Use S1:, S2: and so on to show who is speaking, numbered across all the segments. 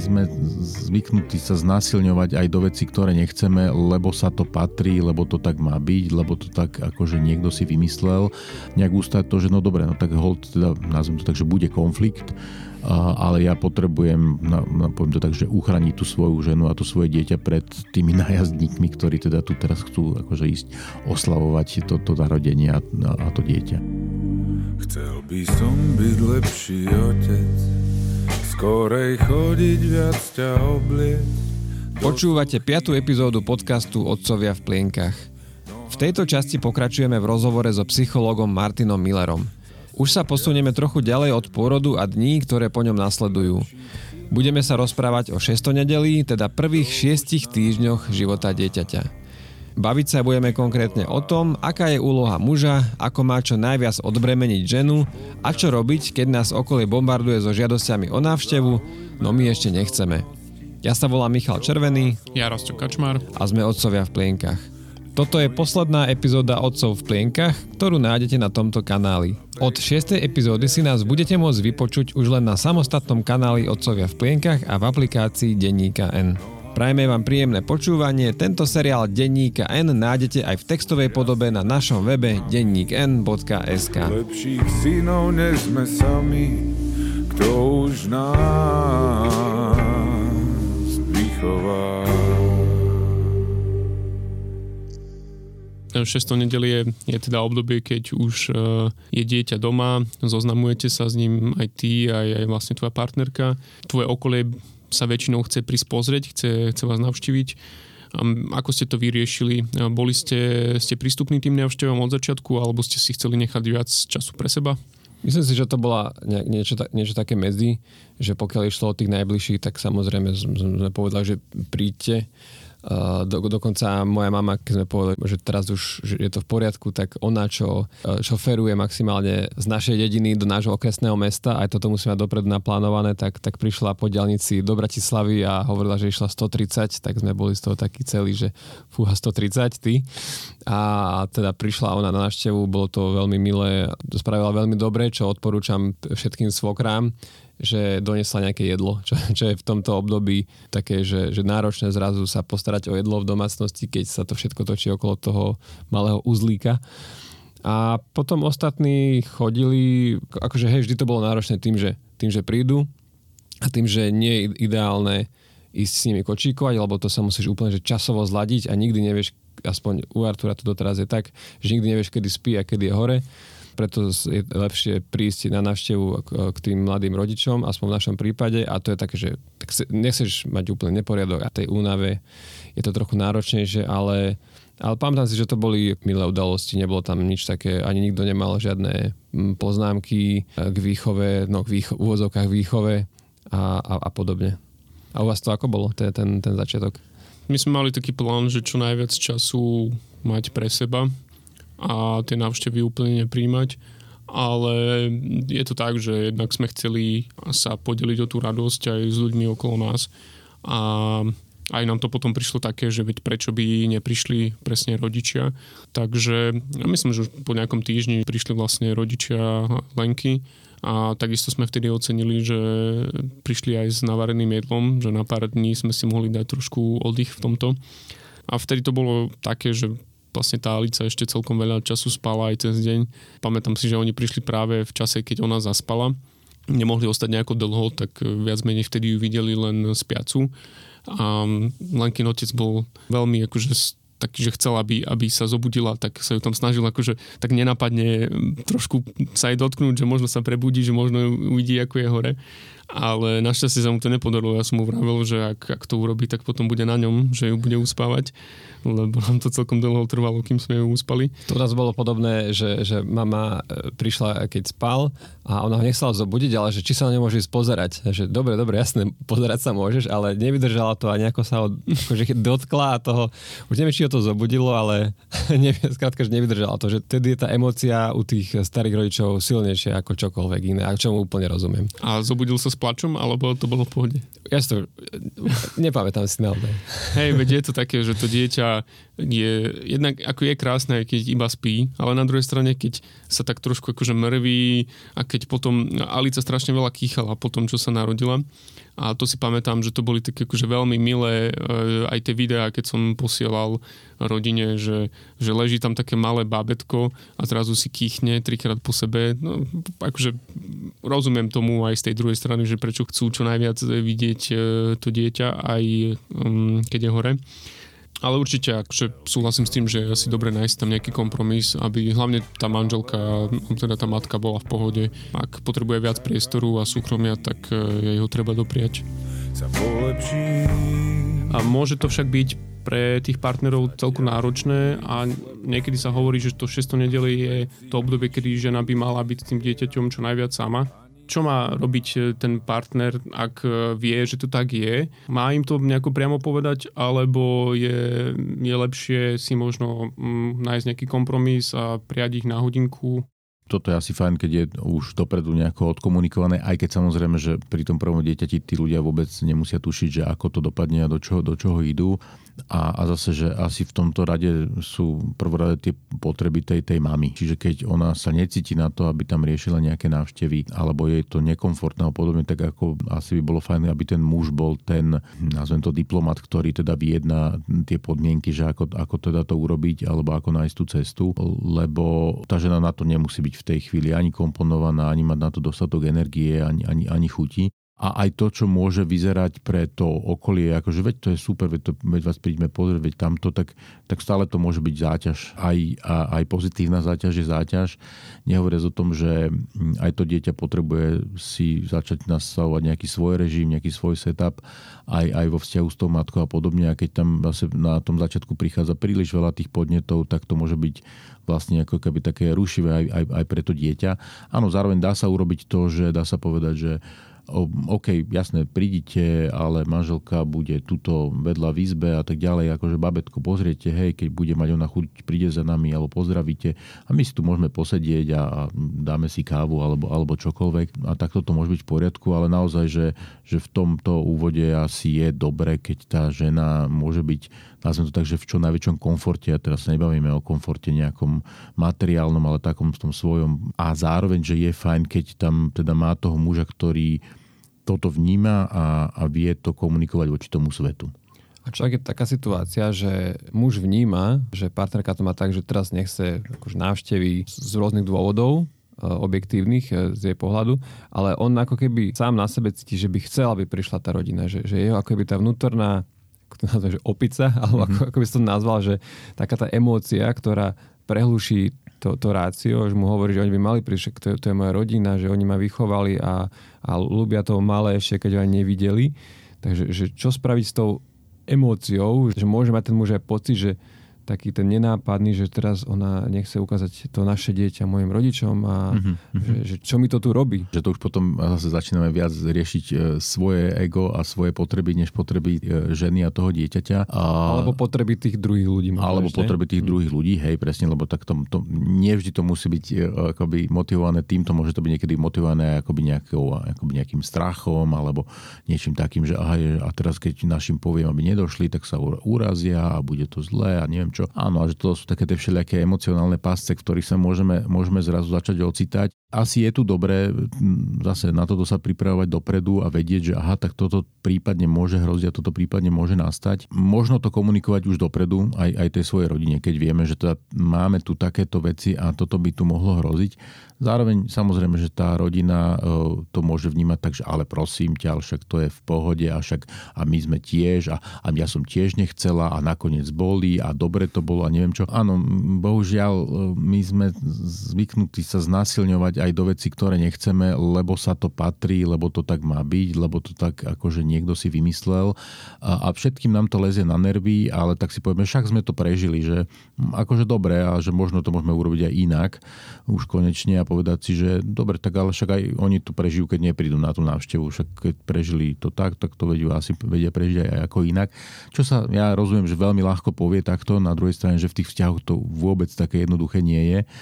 S1: sme zvyknutí sa znásilňovať aj do vecí, ktoré nechceme, lebo sa to patrí, lebo to tak má byť, lebo to tak akože niekto si vymyslel. Nejak ústať to, že no dobre, no tak hold, teda nazvem to tak, že bude konflikt, ale ja potrebujem, poviem to tak, že uchrániť tú svoju ženu a to svoje dieťa pred tými nájazdníkmi, ktorí teda tu teraz chcú akože ísť oslavovať to narodenie a to dieťa.
S2: Chcel by som byť lepší otec, skorej chodiť viac ťa obliec.
S3: Počúvate 5. epizódu podcastu Otcovia v plienkach. V tejto časti pokračujeme v rozhovore so psychológom Martinom Millerom. Už sa posunieme trochu ďalej od pôrodu a dní, ktoré po ňom nasledujú. Budeme sa rozprávať o 6. nedeli, teda prvých 6 týždňoch života dieťaťa. Baviť sa budeme konkrétne o tom, aká je úloha muža, ako má čo najviac odbremeniť ženu a čo robiť, keď nás okolie bombarduje so žiadosťami o návštevu, no my ešte nechceme. Ja sa volám Michal Červený.
S4: Ja Rosťo Kačmár.
S3: A sme Otcovia v plienkach. Toto je posledná epizóda Otcov v plienkach, ktorú nájdete na tomto kanáli. Od 6. epizódy si nás budete môcť vypočuť už len na samostatnom kanáli Otcovia v plienkach a v aplikácii Denníka N. Prajme vám príjemné počúvanie, tento seriál Denníka N nájdete aj v textovej podobe na našom webe dennikn.sk.
S2: Lepších synov než sme sami, kto už nás vychová.
S4: 6. nedelie je teda obdobie, keď už je dieťa doma, zoznamujete sa s ním aj ty, aj vlastne tvoja partnerka. Tvoje okolie sa väčšinou chce prísť pozrieť, chce vás navštíviť. Ako ste to vyriešili? Ste prístupní tým návštevám od začiatku, alebo ste si chceli nechať viac času pre seba?
S3: Myslím si, že to bola niečo také medzi, že pokiaľ išlo od tých najbližších, tak samozrejme sme povedali, že príďte. Dokonca moja mama, keď sme povedali, že teraz už že je to v poriadku, tak ona, čo šoferuje maximálne z našej dediny do nášho okresného mesta, aj toto musí mať dopredu naplánované, tak prišla po diaľnici do Bratislavy a hovorila, že išla 130, tak sme boli z toho takí celí, že fúha 130, ty. A teda prišla ona na návštevu, bolo to veľmi milé, spravila veľmi dobre, čo odporúčam všetkým svokrám, že doniesla nejaké jedlo, čo je v tomto období také, že náročné zrazu sa postarať o jedlo v domácnosti, keď sa to všetko točí okolo toho malého uzlíka. A potom ostatní chodili, akože hej, vždy to bolo náročné tým, že prídu a tým, že nie je ideálne ísť s nimi kočíkovať, lebo to sa musíš úplne že časovo zladiť a nikdy nevieš, aspoň u Artura to doteraz je tak, že nikdy nevieš, kedy spí a kedy je hore. Preto je lepšie prísť na návštevu k tým mladým rodičom, aspoň v našom prípade, a to je také, že nechceš mať úplne neporiadok a tej únave je to trochu náročnejšie, ale pamätám si, že to boli milé udalosti, nebolo tam nič také, ani nikto nemal žiadne poznámky k výchove, v úvodzovkách výchove a podobne. A u vás to ako bolo, ten začiatok?
S4: My sme mali taký plán, že čo najviac času mať pre seba a tie návštevy úplne nepríjmať, ale je to tak, že jednak sme chceli sa podeliť o tú radosť aj s ľuďmi okolo nás a aj nám to potom prišlo také, že veď prečo by neprišli presne rodičia, takže ja myslím, že už po nejakom týždni prišli vlastne rodičia Lenky a takisto sme vtedy ocenili, že prišli aj s navareným jedlom, že na pár dní sme si mohli dať trošku oddych v tomto a vtedy to bolo také, že vlastne tá Alica ešte celkom veľa času spala aj cez deň. Pamätám si, že oni prišli práve v čase, keď ona zaspala. Nemohli ostať nejako dlho, tak viac menej vtedy ju videli len spiacu. A Lenkin otec bol veľmi akože taký, že chcel, aby sa zobudila, tak sa ju tam snažil akože tak nenapadne trošku sa jej dotknúť, že možno sa prebudí, že možno uvidí, ako je hore. Ale našťastie sa mu to nepodarilo. Ja som mu vravel, že ak to urobí, tak potom bude na ňom, že ju bude uspávať, lebo nám to celkom dlho trvalo, kým sme ju uspali.
S3: To nás bolo podobné, že mama prišla, keď spal a ona ho nechcela zobudiť, ale že či sa na ňu môže ísť pozerať. Že dobre, jasné, pozerať sa môžeš, ale nevydržala to a nejako sa ho akože dotkla a toho, už neviem, či ho to zobudilo, ale skrátka, že nevydržala to, že tedy je tá emócia u tých starých rodičov silnejšia ako čokoľvek iné, a čomu úplne rozumiem.
S4: A zobudil sa s plačom, alebo to bolo v pohode?
S3: Ja si to nepamätám si naozaj.
S4: Hej, veď je to také, že to dieťa je jednak ako je krásne, keď iba spí, ale na druhej strane, keď sa tak trošku akože mrví a keď potom Alica strašne veľa kýchala po tom, čo sa narodila. A to si pamätám, že to boli také akože veľmi milé aj tie videá, keď som posielal rodine, že leží tam také malé bábätko a zrazu si kýchne 3-krát po sebe. No, akože rozumiem tomu aj z tej druhej strany, že prečo chcú čo najviac vidieť to dieťa, aj keď je hore. Ale určite akože súhlasím s tým, že je asi dobre nájsť tam nejaký kompromis, aby hlavne tá manželka, teda tá matka bola v pohode. Ak potrebuje viac priestoru a súkromia, tak jej ho treba dopriať. A môže to však byť pre tých partnerov celku náročné a niekedy sa hovorí, že to 6. nedele je to obdobie, kedy žena by mala byť s tým dieťaťom čo najviac sama. Čo má robiť ten partner, ak vie, že to tak je? Má im to nejako priamo povedať, alebo je lepšie si možno nájsť nejaký kompromis a prijať ich na hodinku?
S1: Toto je asi fajn, keď je už dopredu nejako odkomunikované, aj keď samozrejme, že pri tom prvom dieťati tí ľudia vôbec nemusia tušiť, že ako to dopadne a do čoho idú. A zase, že asi v tomto rade sú prvorade tie potreby tej mamy. Čiže keď ona sa necíti na to, aby tam riešila nejaké návštevy, alebo je to nekomfortné a podobne, tak ako asi by bolo fajn, aby ten muž bol ten, nazvem to diplomat, ktorý teda vyjedná tie podmienky, že ako teda to urobiť, alebo ako nájsť tú cestu, lebo tá žena na to nemusí byť v tej chvíli ani komponovaná, ani mať na to dostatok energie, ani chuti. A aj to, čo môže vyzerať pre to okolie, akože veď to je super, veď vás príďme pozrieť, veď tamto, tak stále to môže byť záťaž. Aj pozitívna záťaž je záťaž. Nehovoriac o tom, že aj to dieťa potrebuje si začať nastavovať nejaký svoj režim, nejaký svoj setup, aj vo vzťahu s tou matkou a podobne. A keď tam zase na tom začiatku prichádza príliš veľa tých podnetov, tak to môže byť vlastne ako keby také rušivé aj pre to dieťa. Áno, zároveň dá sa urobiť to, že dá sa povedať, že OK, jasné, prídite, ale manželka bude tuto vedľa v izbe a tak ďalej, akože babetko pozriete, hej, keď bude mať ona chuť, príde za nami, alebo pozdravíte a my si tu môžeme posedieť a dáme si kávu alebo čokoľvek a takto to môže byť v poriadku, ale naozaj, že v tomto úvode asi je dobre, keď tá žena môže byť, nazvem to tak, že v čo najväčšom komforte, a teraz sa nebavíme o komforte nejakom materiálnom, ale takom v tom svojom a zároveň, že je fajn, keď tam teda má toho muža, ktorý toto vníma a vie to komunikovať voči tomu svetu.
S3: A čo ak je taká situácia, že muž vníma, že partnerka to má tak, že teraz nechce akože návštevy z rôznych dôvodov, objektívnych z jej pohľadu, ale on ako keby sám na sebe cíti, že by chcel, aby prišla tá rodina, že jeho ako keby tá vnútorná, ako to nazvať, že opica, alebo ako by som to nazval, že taká tá emócia, ktorá prehluší to rácio, že mu hovorí, že oni by mali prísť, to je moja rodina, že oni ma vychovali a ľúbia to malé ešte, keď ho ani nevideli. Takže že čo spraviť s tou emóciou, že môže mať ten muž aj pocit, že taký ten nenápadný, že teraz ona nechce ukázať to naše dieťa mojim rodičom a že čo mi to tu robí. Že
S1: to už potom zase začíname viac riešiť svoje ego a svoje potreby, než potreby ženy a toho dieťaťa.
S3: Alebo potreby tých druhých ľudí.
S1: Alebo potreby tých druhých ľudí, hej, presne, lebo tak to nevždy to musí byť akoby motivované týmto, môže to byť niekedy motivované akoby nejakým strachom alebo niečím takým, že aha, a teraz keď našim poviem, aby nedošli, tak sa urazia a bude to zlé a neviem čo. Áno, a že to sú také tie všelijaké emocionálne pásce, v ktorých sa môžeme zrazu začať ocitať. Asi je tu dobré zase na toto sa pripravovať dopredu a vedieť, že aha, tak toto prípadne môže hroziť a toto prípadne môže nastať. Možno to komunikovať už dopredu aj tej svojej rodine, keď vieme, že teda máme tu takéto veci a toto by tu mohlo hroziť. Zároveň samozrejme, že tá rodina to môže vnímať tak, že ale prosím ťa, však to je v pohode a však a my sme tiež a ja som tiež nechcela a nakoniec boli a dobre to bolo a neviem čo. Áno, bohužiaľ my sme zvyknutí sa znásilňovať aj do vecí, ktoré nechceme, lebo sa to patrí, lebo to tak má byť, lebo to tak akože niekto si vymyslel a všetkým nám to lezie na nervy, ale tak si povieme, však sme to prežili, že akože dobre a že možno to môžeme urobiť aj inak už konečne a povedať si, že dobre, tak ale však aj oni tu prežijú, keď neprídu na tú návštevu, však keď prežili to tak to vedia prežiť aj ako inak. Čo sa, ja rozumiem, že veľmi ľahko povie takto, na druhej strane, že v tých vzťahoch to vôbec také jednoduché nie je.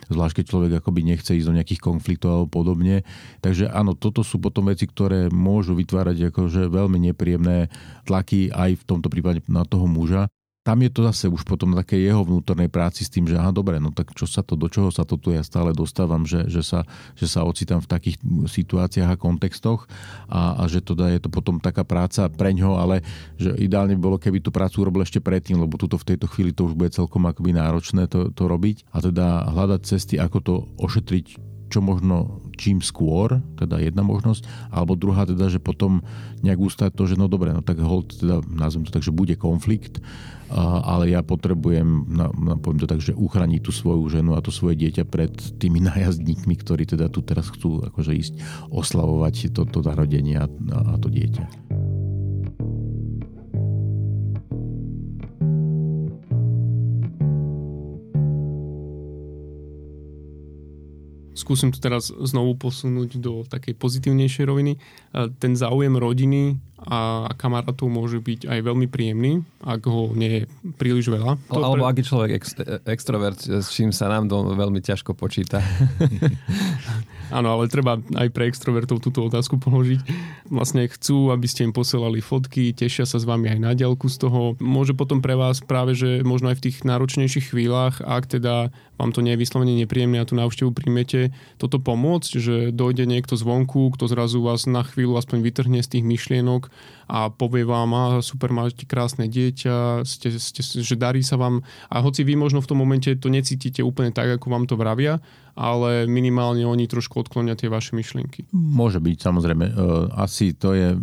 S1: zvlášť keď človek akoby nechce ísť do nejakých konfliktov alebo podobne. Takže áno, toto sú potom veci, ktoré môžu vytvárať akože veľmi nepríjemné tlaky aj v tomto prípade na toho muža. Tam je to zase už potom také jeho vnútornej práci s tým, že aha, dobre, no tak do čoho sa to tu ja stále dostávam, že sa ocitám v takých situáciách a kontextoch a že to je to potom taká práca preňho, ale že ideálne by bolo, keby tú prácu urobil ešte predtým, lebo tuto v tejto chvíli to už bude celkom akoby náročné to robiť a teda hľadať cesty, ako to ošetriť čo možno čím skôr, teda jedna možnosť, alebo druhá teda, že potom nejak ustať to, že no dobre, no tak hold, teda nazvem to tak, že bude konflikt, ale ja potrebujem, poviem to tak, že uchrániť tú svoju ženu a to svoje dieťa pred tými nájazdníkmi, ktorí teda tu teraz chcú akože ísť oslavovať to narodenie a to dieťa.
S4: Skúsim to teraz znovu posunúť do takej pozitívnejšej roviny. Ten záujem rodiny a kamarátov môže byť aj veľmi príjemný, ak ho nie je príliš veľa.
S3: Alebo ak je človek extrovert, s čím sa nám veľmi ťažko počíta.
S4: Áno, ale treba aj pre extrovertov túto otázku položiť. Vlastne chcú, aby ste im posielali fotky, tešia sa s vami aj na diaľku z toho. Môže potom pre vás práve, že možno aj v tých náročnejších chvíľach, ak teda vám to nie je vyslovene nepríjemné a tú návštevu príjmete, toto pomôcť, že dojde niekto zvonku, kto zrazu vás na chvíľu aspoň vytrhne z tých myšlienok a povie vám, super, máte krásne dieťa, že darí sa vám a hoci vy možno v tom momente to necítite úplne tak, ako vám to vravia, ale minimálne oni trošku odklonia tie vaše myšlienky.
S1: Môže byť, samozrejme. Asi to je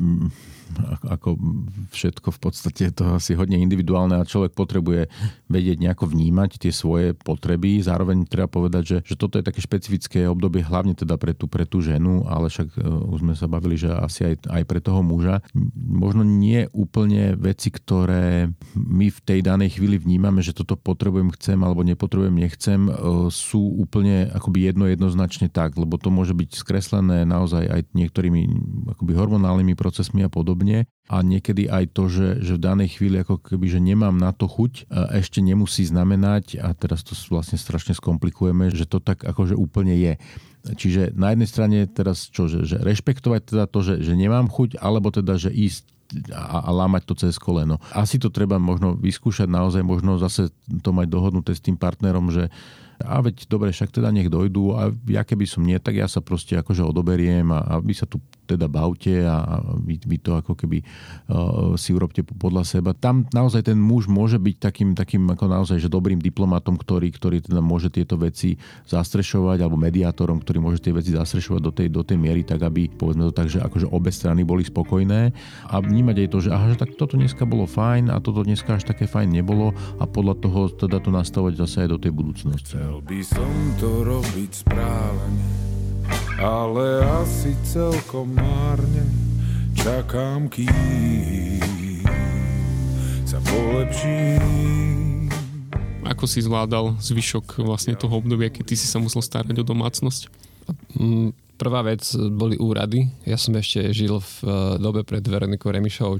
S1: ako všetko v podstate je to asi hodne individuálne a človek potrebuje vedieť nejako vnímať tie svoje potreby. Zároveň treba povedať, že toto je také špecifické obdobie hlavne teda pre tú ženu, ale však už sme sa bavili, že asi aj pre toho muža. Možno nie úplne veci, ktoré my v tej danej chvíli vnímame, že toto potrebujem, chcem alebo nepotrebujem, nechcem, sú úplne akoby jednoznačne tak, lebo to môže byť skreslené naozaj aj niektorými akoby hormonálnymi procesmi a podobne. A niekedy aj to, že v danej chvíli ako keby, že nemám na to chuť, ešte nemusí znamenať, a teraz to vlastne strašne skomplikujeme, že to tak akože úplne je. Čiže na jednej strane teraz čo, že rešpektovať teda to, že nemám chuť, alebo teda, že ísť a lámať to cez koleno. Asi to treba možno vyskúšať naozaj, možno zase to mať dohodnuté s tým partnerom, že a veď dobre, však teda nech dojdú a ja keby som nie, tak ja sa proste akože odoberiem a vy sa tu teda bavte a vy to ako keby si urobte podľa seba. Tam naozaj ten muž môže byť takým ako naozaj, že dobrým diplomatom, ktorý teda môže tieto veci zastrešovať alebo mediátorom, ktorý môže tie veci zastrešovať do tej miery, tak aby povedzme to tak, že akože obe strany boli spokojné a vnímať aj to, že aha, že tak toto dneska bolo fajn a toto dneska až také fajn nebolo a podľa toho teda to nastavovať zase aj do tej budúcnosti.
S2: Chcel by som to robiť správne, ale asi celkom márne. Čakám, kým sa polepší.
S4: Ako si zvládal zvyšok vlastne toho obdobia, keď ty si sa musel starať o domácnosť?
S3: Prvá vec boli úrady. Ja som ešte žil v dobe pred Veronikou Remišovou,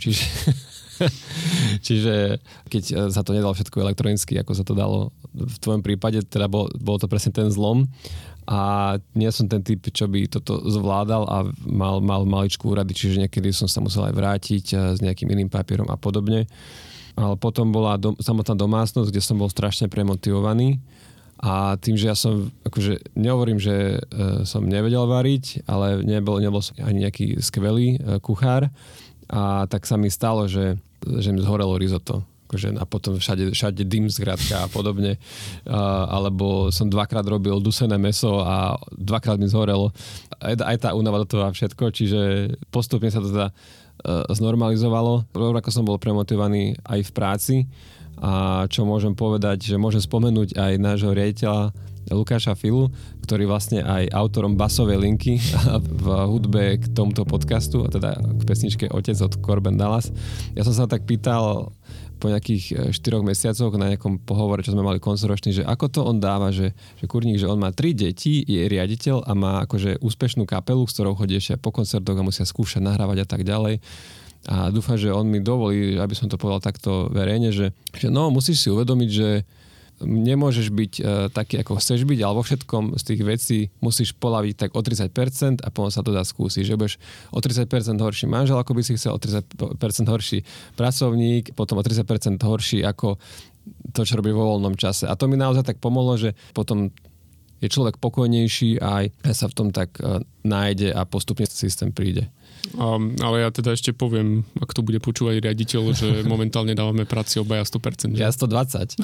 S3: čiže keď sa to nedalo všetko elektronicky, ako sa to dalo v tvojom prípade, teda bol to presne ten zlom. A nie som ten typ, čo by toto zvládal a mal maličkú úrady, čiže niekedy som sa musel aj vrátiť s nejakým iným papierom a podobne. Ale potom bola samotná domácnosť, kde som bol strašne premotivovaný. A tým, že ja som, akože nehovorím, že som nevedel variť, ale nebol som ani nejaký skvelý kuchár. A tak sa mi stalo, že mi zhorelo risotto. A potom všade dym zkrátka a podobne. Alebo som dvakrát robil dusené mäso a dvakrát mi zhorelo. Aj tá únava do toho a všetko. Čiže postupne sa to teda znormalizovalo. Ako som bol premotivovaný aj v práci. A čo môžem povedať, že môžem spomenúť aj nášho riaditeľa Lukáša Filu, ktorý vlastne aj autorom basovej linky v hudbe k tomuto podcastu, a teda k pesničke Otec od Corbin Dallas. Ja som sa tak pýtal po nejakých 4 mesiacoch na nejakom pohovore, čo sme mali koncoročný, že ako to on dáva, že kurník, že on má 3 deti, je riaditeľ a má akože úspešnú kapelu, s ktorou chodí ešte po koncertoch a musia skúšať, nahrávať a tak ďalej. A dúfam, že on mi dovolí, aby som to povedal takto verejne, že no, musíš si uvedomiť, že nemôžeš byť taký, ako chceš byť, ale vo všetkom z tých vecí musíš poľaviť tak o 30% a potom sa to dá skúsiť, že budeš o 30% horší manžel, ako by si chcel, o 30% horší pracovník, potom o 30% horší ako to, čo robí vo voľnom čase. A to mi naozaj tak pomohlo, že potom je človek pokojnejší a aj sa v tom tak nájde a postupne systém príde.
S4: Ale ja teda ešte poviem, ak to bude počúvať riaditeľ, že momentálne dávame práci obaja 100%. Že?
S3: Ja 120.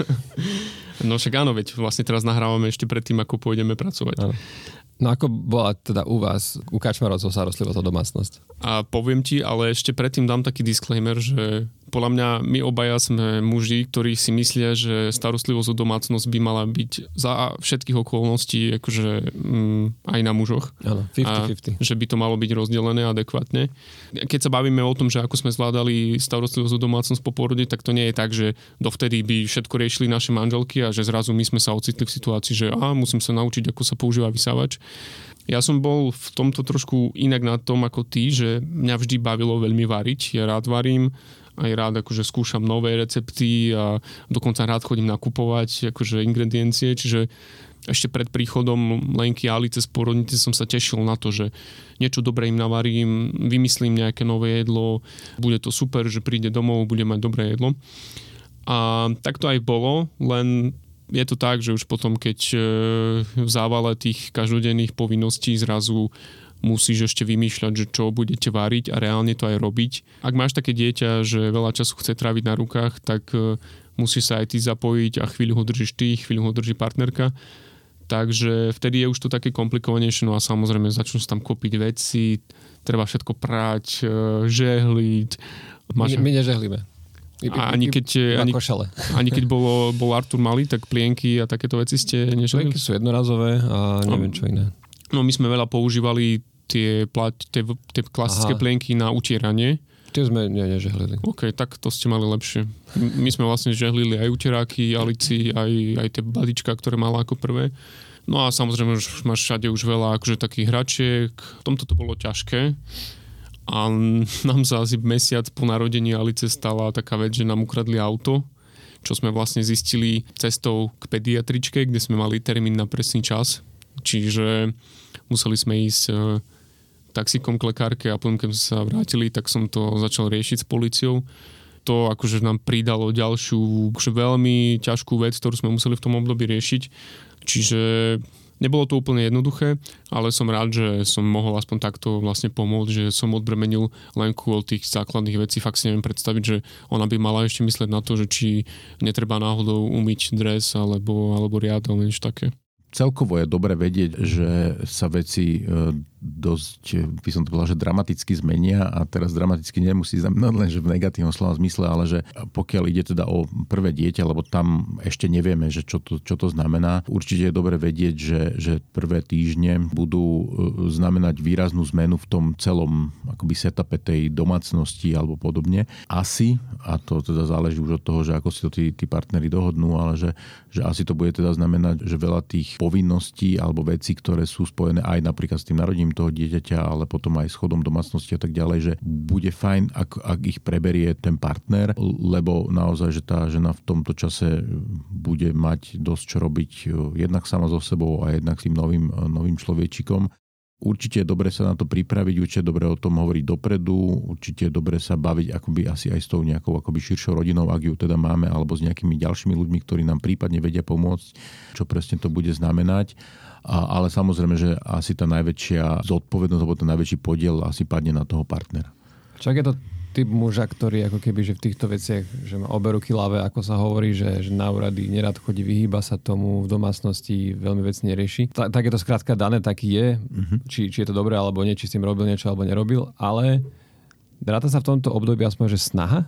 S4: No však áno, veď vlastne teraz nahrávame ešte predtým, ako pôjdeme pracovať.
S3: Áno. No ako bola teda u vás, u Kačmárovcov starostlivosť o domácnosť?
S4: A poviem ti, ale ešte predtým dám taký disclaimer, že podľa mňa my obaja sme muži, ktorí si myslia, že starostlivosť o domácnosť by mala byť za všetkých okolností akože aj na mužoch.
S3: Áno, 50-50.
S4: A že by to malo byť rozdelené adekvátne. Keď sa bavíme o tom, že ako sme zvládali starostlivosť o domácnosť po porode, tak to nie je tak, že dovtedy by všetko riešili naše manželky a že zrazu my sme sa ocitli v situácii, že musím sa naučiť, ako sa používa vysávač. Ja som bol v tomto trošku inak na tom ako ty, že mňa vždy bavilo veľmi variť. Ja rád varím, aj rád akože skúšam nové recepty a dokonca rád chodím nakupovať akože ingrediencie, čiže ešte pred príchodom Lenky a Alice z porodnice som sa tešil na to, že niečo dobré im navarím, vymyslím nejaké nové jedlo, bude to super, že príde domov, bude mať dobré jedlo. A tak to aj bolo, len je to tak, že už potom, keď v závale tých každodenných povinností zrazu musíš ešte vymýšľať, že čo budete váriť a reálne to aj robiť. Ak máš také dieťa, že veľa času chce tráviť na rukách, tak musíš sa aj ty zapojiť a chvíľu ho držíš ty, chvíľu ho drží partnerka. Takže vtedy je už to také komplikovanejšie, no a samozrejme začnú sa tam kopiť veci, treba všetko prať, žehliť.
S3: My nežehlíme.
S4: Ani keď bol Artur malý, tak plienky a takéto veci ste neželili?
S3: Plienky sú jednorazové a neviem čo iné.
S4: No my sme veľa používali tie klasické plienky na utieranie.
S3: Tie sme nežehlili.
S4: OK, tak to ste mali lepšie. My sme vlastne žehlili aj uteráky, Alici, aj tie badička, ktoré mala ako prvé. No a samozrejme už máš všade už veľa akože takých hračiek. V tomto to bolo ťažké. A nám sa asi mesiac po narodení Alice stala taká vec, že nám ukradli auto, čo sme vlastne zistili cestou k pediatričke, kde sme mali termín na presný čas. Čiže museli sme ísť taxíkom k lekárke a potom, keď sme sa vrátili, tak som to začal riešiť s políciou. To akože nám pridalo ďalšiu veľmi ťažkú vec, ktorú sme museli v tom období riešiť. Čiže nebolo to úplne jednoduché, ale som rád, že som mohol aspoň takto vlastne pomôcť, že som odbremenil Lenku od tých základných vecí. Fakt si neviem predstaviť, že ona by mala ešte mysleť na to, že či netreba náhodou umyť dres alebo riad alebo niečo také.
S1: Celkovo je dobre vedieť, že sa veci dosť, by som to povedal, že dramaticky zmenia a teraz dramaticky nemusí znamenať len, že v negatívnom slova zmysle, ale že pokiaľ ide teda o prvé dieťa, lebo tam ešte nevieme, že čo to znamená. Určite je dobre vedieť, že prvé týždne budú znamenať výraznú zmenu v tom celom akoby setupe tej domácnosti alebo podobne. Asi, a to teda záleží už od toho, že ako si to tí partneri dohodnú, ale že asi to bude teda znamenať, že veľa tých povinností alebo vecí, ktoré sú spojené aj napríklad s tým narodením toho dieťaťa, ale potom aj s chodom domácnosti a tak ďalej, že bude fajn, ak ich preberie ten partner, lebo naozaj, že tá žena v tomto čase bude mať dosť čo robiť jednak sama so sebou a jednak s tým novým človečikom. Určite je dobre sa na to pripraviť, určite je dobre o tom hovoriť dopredu, určite je dobre sa baviť akoby asi aj s tou nejakou akoby širšou rodinou, ak ju teda máme, alebo s nejakými ďalšími ľuďmi, ktorí nám prípadne vedia pomôcť, čo presne to bude znamenať. Ale samozrejme, že asi tá najväčšia zodpovednosť, alebo ten najväčší podiel asi padne na toho partnera.
S3: Čak je to typ muža, ktorý ako keby, že v týchto veciach, že má obe ruky ľavé, ako sa hovorí, že na úrady nerad chodí, vyhýba sa tomu, v domácnosti veľmi vec nerieši. Tak je to skrátka dané, taký je. Či je to dobré, alebo nie, či s tým robil niečo, alebo nerobil, ale ráta sa v tomto období aspoň, že snaha,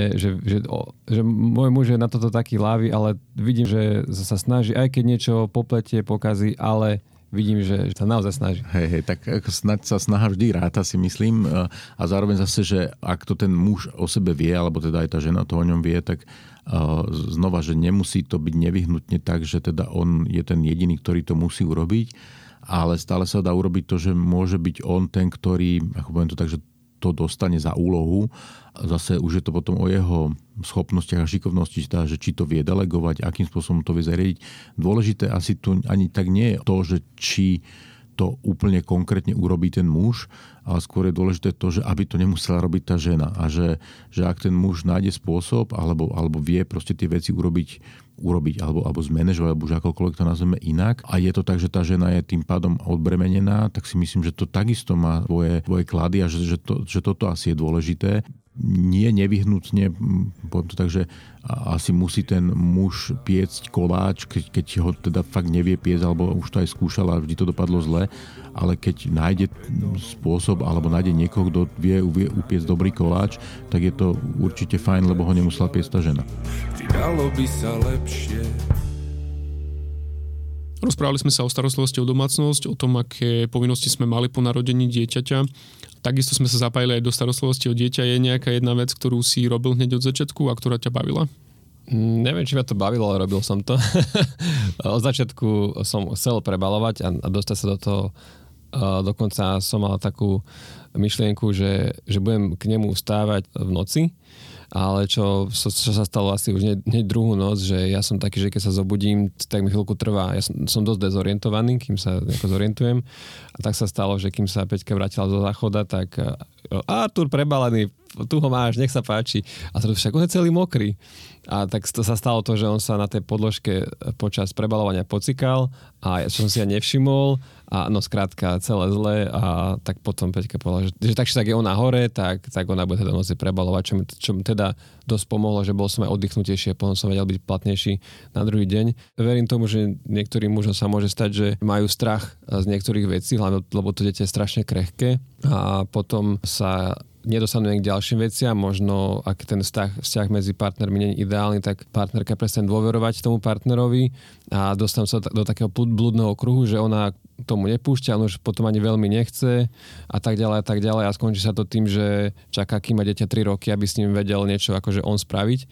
S3: že môj muž je na toto taký lávy, ale vidím, že sa snaží, aj keď niečo popletie, pokazí, ale vidím, že sa naozaj snaží.
S1: Hej, tak snáď sa snaha vždy ráta, si myslím. A zároveň zase, že ak to ten muž o sebe vie, alebo teda aj tá žena to o ňom vie, tak znova, že nemusí to byť nevyhnutne tak, že teda on je ten jediný, ktorý to musí urobiť, ale stále sa dá urobiť to, že môže byť on ten, ktorý, ako poviem to tak, že to dostane za úlohu. Zase už je to potom o jeho schopnostiach a šikovnosti, že či to vie delegovať, akým spôsobom to vie zariadiť. Dôležité asi tu ani tak nie je to, že či to úplne konkrétne urobí ten muž, ale skôr je dôležité to, že aby to nemusela robiť tá žena a že ak ten muž nájde spôsob alebo vie proste tie veci urobiť alebo zmanéžovať, alebo už akokoľvek to nazveme inak. A je to tak, že tá žena je tým pádom odbremenená, tak si myslím, že to takisto má svoje klady a že toto asi je dôležité. Nie nevyhnutne, poviem to tak, že asi musí ten muž piecť koláč, keď ho teda fakt nevie piecť, alebo už to aj skúšal a vždy to dopadlo zle, ale keď nájde spôsob alebo nájde niekoho, kto vie upiecť dobrý koláč, tak je to určite fajn, lebo ho nemusela piecť tá žena.
S2: Dalo by sa lepšie.
S4: Rozprávali sme sa o starostlivosti o domácnosť, o tom, aké povinnosti sme mali po narodení dieťaťa. Takisto sme sa zapájili aj do starostlivosti o dieťa. Je nejaká jedna vec, ktorú si robil hneď od začiatku a ktorá ťa bavila?
S3: Neviem, či ma to bavilo, ale robil som to. Od začiatku som chcel prebalovať a dostať sa do toho. Dokonca som mal takú myšlienku, že budem k nemu vstávať v noci. Ale čo sa stalo asi už hneď druhú noc, že ja som taký, že keď sa zobudím, tak mi chvíľku trvá. Ja som dosť dezorientovaný, kým sa zorientujem. A tak sa stalo, že kým sa Peťka vrátila zo záchoda, tak Artur prebalený, tu ho máš, nech sa páči. A to však on je celý mokrý. A tak to sa stalo to, že on sa na tej podložke počas prebalovania pocikal a ja som si ja nevšimol a no skrátka celé zle a tak potom Peťka povedala, že tak je ona hore, tak ona bude teda noci prebalovať, čo mi teda dosť pomohlo, že bol som aj oddychnutejší a potom som vedel byť platnejší na druhý deň. Verím tomu, že niektorým mužom sa môže stať, že majú strach z niektorých vecí, hlavne lebo to dieťa je strašne krehké a potom sa nedostanú k ďalším veciam, možno ak ten vzťah medzi partnermi nie je ideálny, tak partnerka prestane dôverovať tomu partnerovi a dostanú sa do takého blúdneho kruhu, že ona tomu nepúšťa, on už potom ani veľmi nechce a tak ďalej a skončí sa to tým, že čaká, kým má dieťa 3 roky, aby s ním vedel niečo akože on spraviť.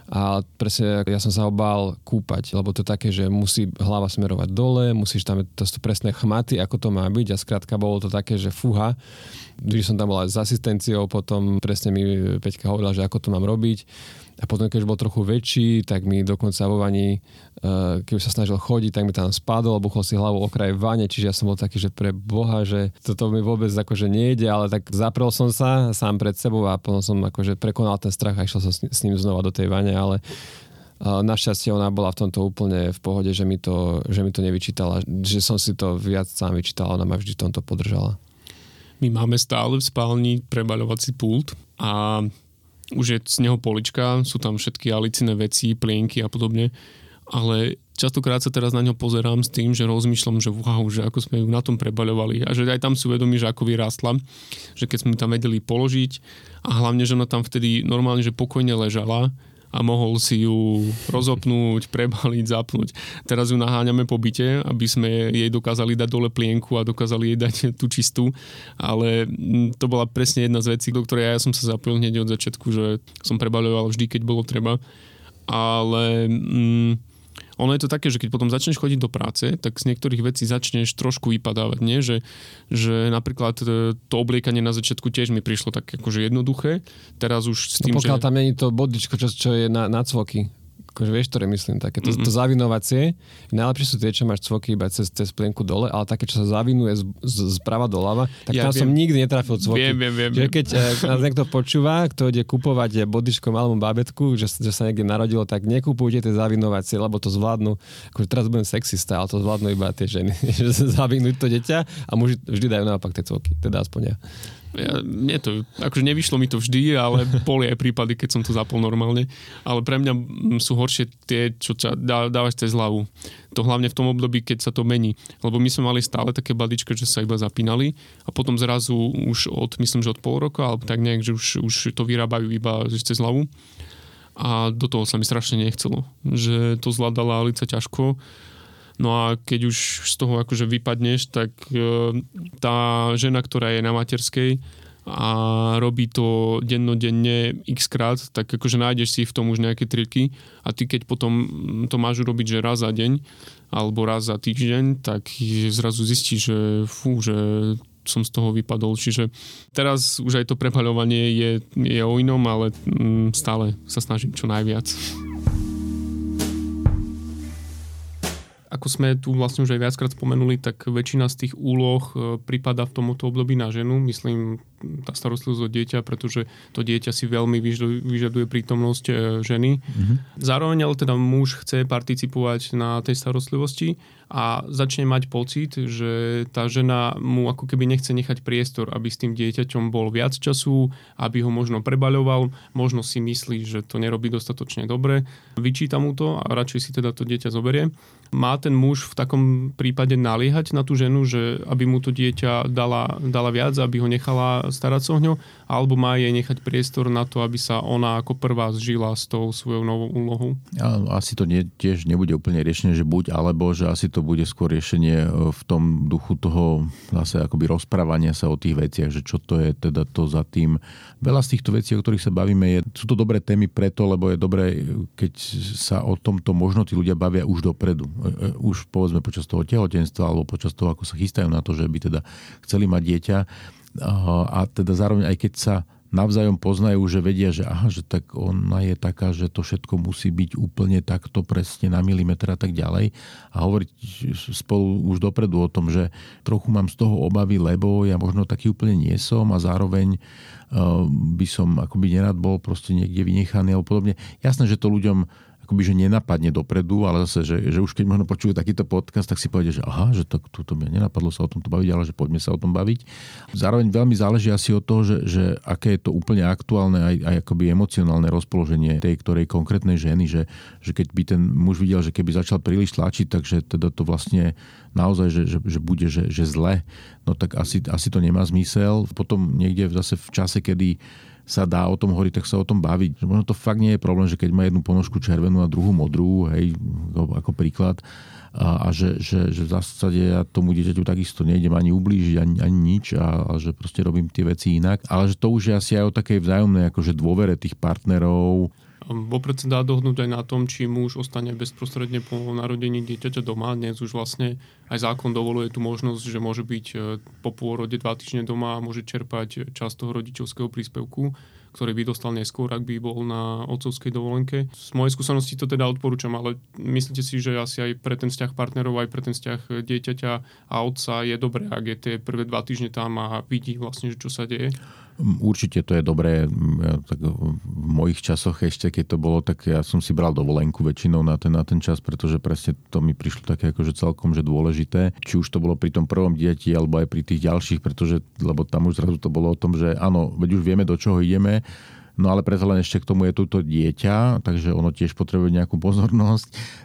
S3: A presne ja som sa ho bál kúpať, lebo to je také, že musí hlava smerovať dole, musíš tam to presné chmaty, ako to má byť a skrátka bolo to také, že fúha. Když som tam bol aj s asistenciou, potom presne mi Peťka hovorila, že ako to mám robiť. A potom, keď už bol trochu väčší, tak mi dokonca vo vani, keď už sa snažil chodiť, tak mi tam spadol, buchol si hlavu o kraj vane, čiže ja som bol taký, že pre Boha, že toto mi vôbec akože nejde, ale tak zaprel som sa sám pred sebou a potom som akože prekonal ten strach a išiel som s ním znova do tej vane, ale našťastie ona bola v tomto úplne v pohode, že mi to nevyčítala, že som si to viac sám vyčítal, ona ma vždy v tomto podržala.
S4: My máme stále v spálni prebaľovací pult a už je z neho polička, sú tam všetky Alicine veci, plienky a podobne, ale častokrát sa teraz na ňo pozerám s tým, že rozmýšľam, že wow, že ako sme ju na tom prebaľovali a že aj tam si uvedomí, že ako vyrástla, že keď sme ju tam vedeli položiť a hlavne, že ona tam vtedy normálne, že pokojne ležala a mohol si ju rozopnúť, prebaliť, zapnúť. Teraz ju naháňame po byte, aby sme jej dokázali dať dole plienku a dokázali jej dať tú čistú, ale to bola presne jedna z vecí, do ktorej ja som sa zapojil hneď od začiatku, že som prebaľoval vždy, keď bolo treba. Ale ono je to také, že keď potom začneš chodiť do práce, tak z niektorých vecí začneš trošku vypadávať, nie? Že napríklad to obliekanie na začiatku tiež mi prišlo tak akože jednoduché. Teraz už s tým,
S3: pokiaľ tam není to bodičko, čo je na cvoky. Akože vieš, ktoré myslím, také. To zavinovacie, najlepšie sú tie, čo máš cvoky iba cez plienku dole, ale také, čo sa zavinuje zprava doľava, tak ja tam som nikdy netrafil cvoky.
S4: Viem.
S3: Že keď nás niekto počúva, kto ide kupovať bodičko malému bábätku, že sa niekde narodilo, tak nekupujte tie zavinovacie, lebo to zvládnu, akože teraz budem sexista, ale to zvládnu iba tie ženy. Zavinúť to dieťa a muži vždy dajú naopak tie cvoky, teda aspoň ja. Akože nevyšlo mi to vždy, ale boli aj prípady, keď som to zapol normálne. Ale pre mňa sú horšie tie, čo dávaš cez hlavu. To hlavne v tom období, keď sa to mení. Lebo my sme mali stále také badičky, že sa iba zapínali a potom zrazu už myslím, že od pol roka, alebo tak nejak, že už to vyrábajú iba cez hlavu. A do toho sa mi strašne nechcelo. Že to zvládala Alica ťažko. No a keď už z toho akože vypadneš, tak tá žena, ktorá je na materskej a robí to dennodenne x-krát, tak akože nájdeš si v tom už nejaké triky a ty keď potom to máš urobiť, že raz za deň alebo raz za týždeň, tak zrazu zistíš, že
S4: som z toho vypadol. Čiže teraz už aj to prepaľovanie je o inom, ale stále sa snažím čo najviac. Ako sme tu vlastne už aj viackrát spomenuli, tak väčšina z tých úloh pripadá v tomto období na ženu. Myslím, tá starostlivosť o dieťa, pretože to dieťa si veľmi vyžaduje prítomnosť ženy. Mm-hmm. Zároveň ale teda muž chce participovať na tej starostlivosti a začne mať pocit, že tá žena mu ako keby nechce nechať priestor, aby s tým dieťaťom bol viac času, aby ho možno prebaľoval, možno si myslí, že to nerobí dostatočne dobre. Vyčíta mu to a radšej si teda to dieťa zoberie. Má ten muž v takom prípade naliehať na tú ženu, že aby mu to dieťa dala viac, aby ho nechala starať sa o ňo, alebo má jej nechať priestor na to, aby sa ona ako prvá zžila s tou svojou novou úlohou?
S1: Asi to tiež nebude úplne riešenie, že buď alebo, že asi to bude skôr riešenie v tom duchu toho zase akoby rozprávania sa o tých veciach, že čo to je teda to za tým. Veľa z týchto vecí, o ktorých sa bavíme, sú to dobré témy preto, lebo je dobré, keď sa o tomto možno tí ľudia bavia už dopredu. Už povedzme počas toho tehotenstva alebo počas toho, ako sa chystajú na to, že by teda chceli mať dieťa. A teda zároveň aj keď sa navzájom poznajú, že vedia, že aha, že tak ona je taká, že to všetko musí byť úplne takto presne na milimeter a tak ďalej. A hovoriť spolu už dopredu o tom, že trochu mám z toho obavy, lebo ja možno taký úplne nie som a zároveň by som akoby nerad bol proste niekde vynechaný alebo podobne. Jasné, že to ľuďom akoby, že nenapadne dopredu, ale zase, že už keď možno počujú takýto podcast, tak si povedia, že aha, že tak to mi nenapadlo sa o tomto baviť, ale že poďme sa o tom baviť. Zároveň veľmi záleží asi od toho, že aké je to úplne aktuálne aj akoby emocionálne rozpoloženie tej ktorej konkrétnej ženy, že keď by ten muž videl, že keby začal príliš tlačiť, takže teda to vlastne naozaj, že bude, že zle, no tak asi to nemá zmysel. Potom niekde zase v čase, kedy sa dá o tom hovoriť, tak sa o tom baviť. Možno to fakt nie je problém, že keď má jednu ponožku červenú a druhú modrú, hej, ako príklad, a že v zásade ja tomu dieťaťu takisto nejdem ani ublížiť, ani nič a že proste robím tie veci inak. Ale že to už je asi aj o takej vzájomnej akože dôvere tých partnerov.
S4: Vopred sa dá dohodnúť aj na tom, či muž ostane bezprostredne po narodení dieťaťa doma. Dnes už vlastne aj zákon dovoluje tú možnosť, že môže byť po pôrode 2 týždne doma a môže čerpať časť toho rodičovského príspevku, ktorý by dostal neskôr, ak by bol na otcovskej dovolenke. Z mojej skúsenosti to teda odporúčam, ale myslíte si, že asi aj pre ten vzťah partnerov, aj pre ten vzťah dieťaťa a otca je dobré, ak je tie prvé 2 týždne tam a vidí vlastne, čo sa deje?
S1: Určite to je dobré. Tak v mojich časoch ešte, keď to bolo, tak ja som si bral dovolenku väčšinou na ten čas, pretože presne to mi prišlo také akože celkom že dôležité. Či už to bolo pri tom prvom dieťati, alebo aj pri tých ďalších, lebo tam už zrazu to bolo o tom, že áno, veď už vieme, do čoho ideme, no ale preto len ešte k tomu je toto dieťa, takže ono tiež potrebuje nejakú pozornosť.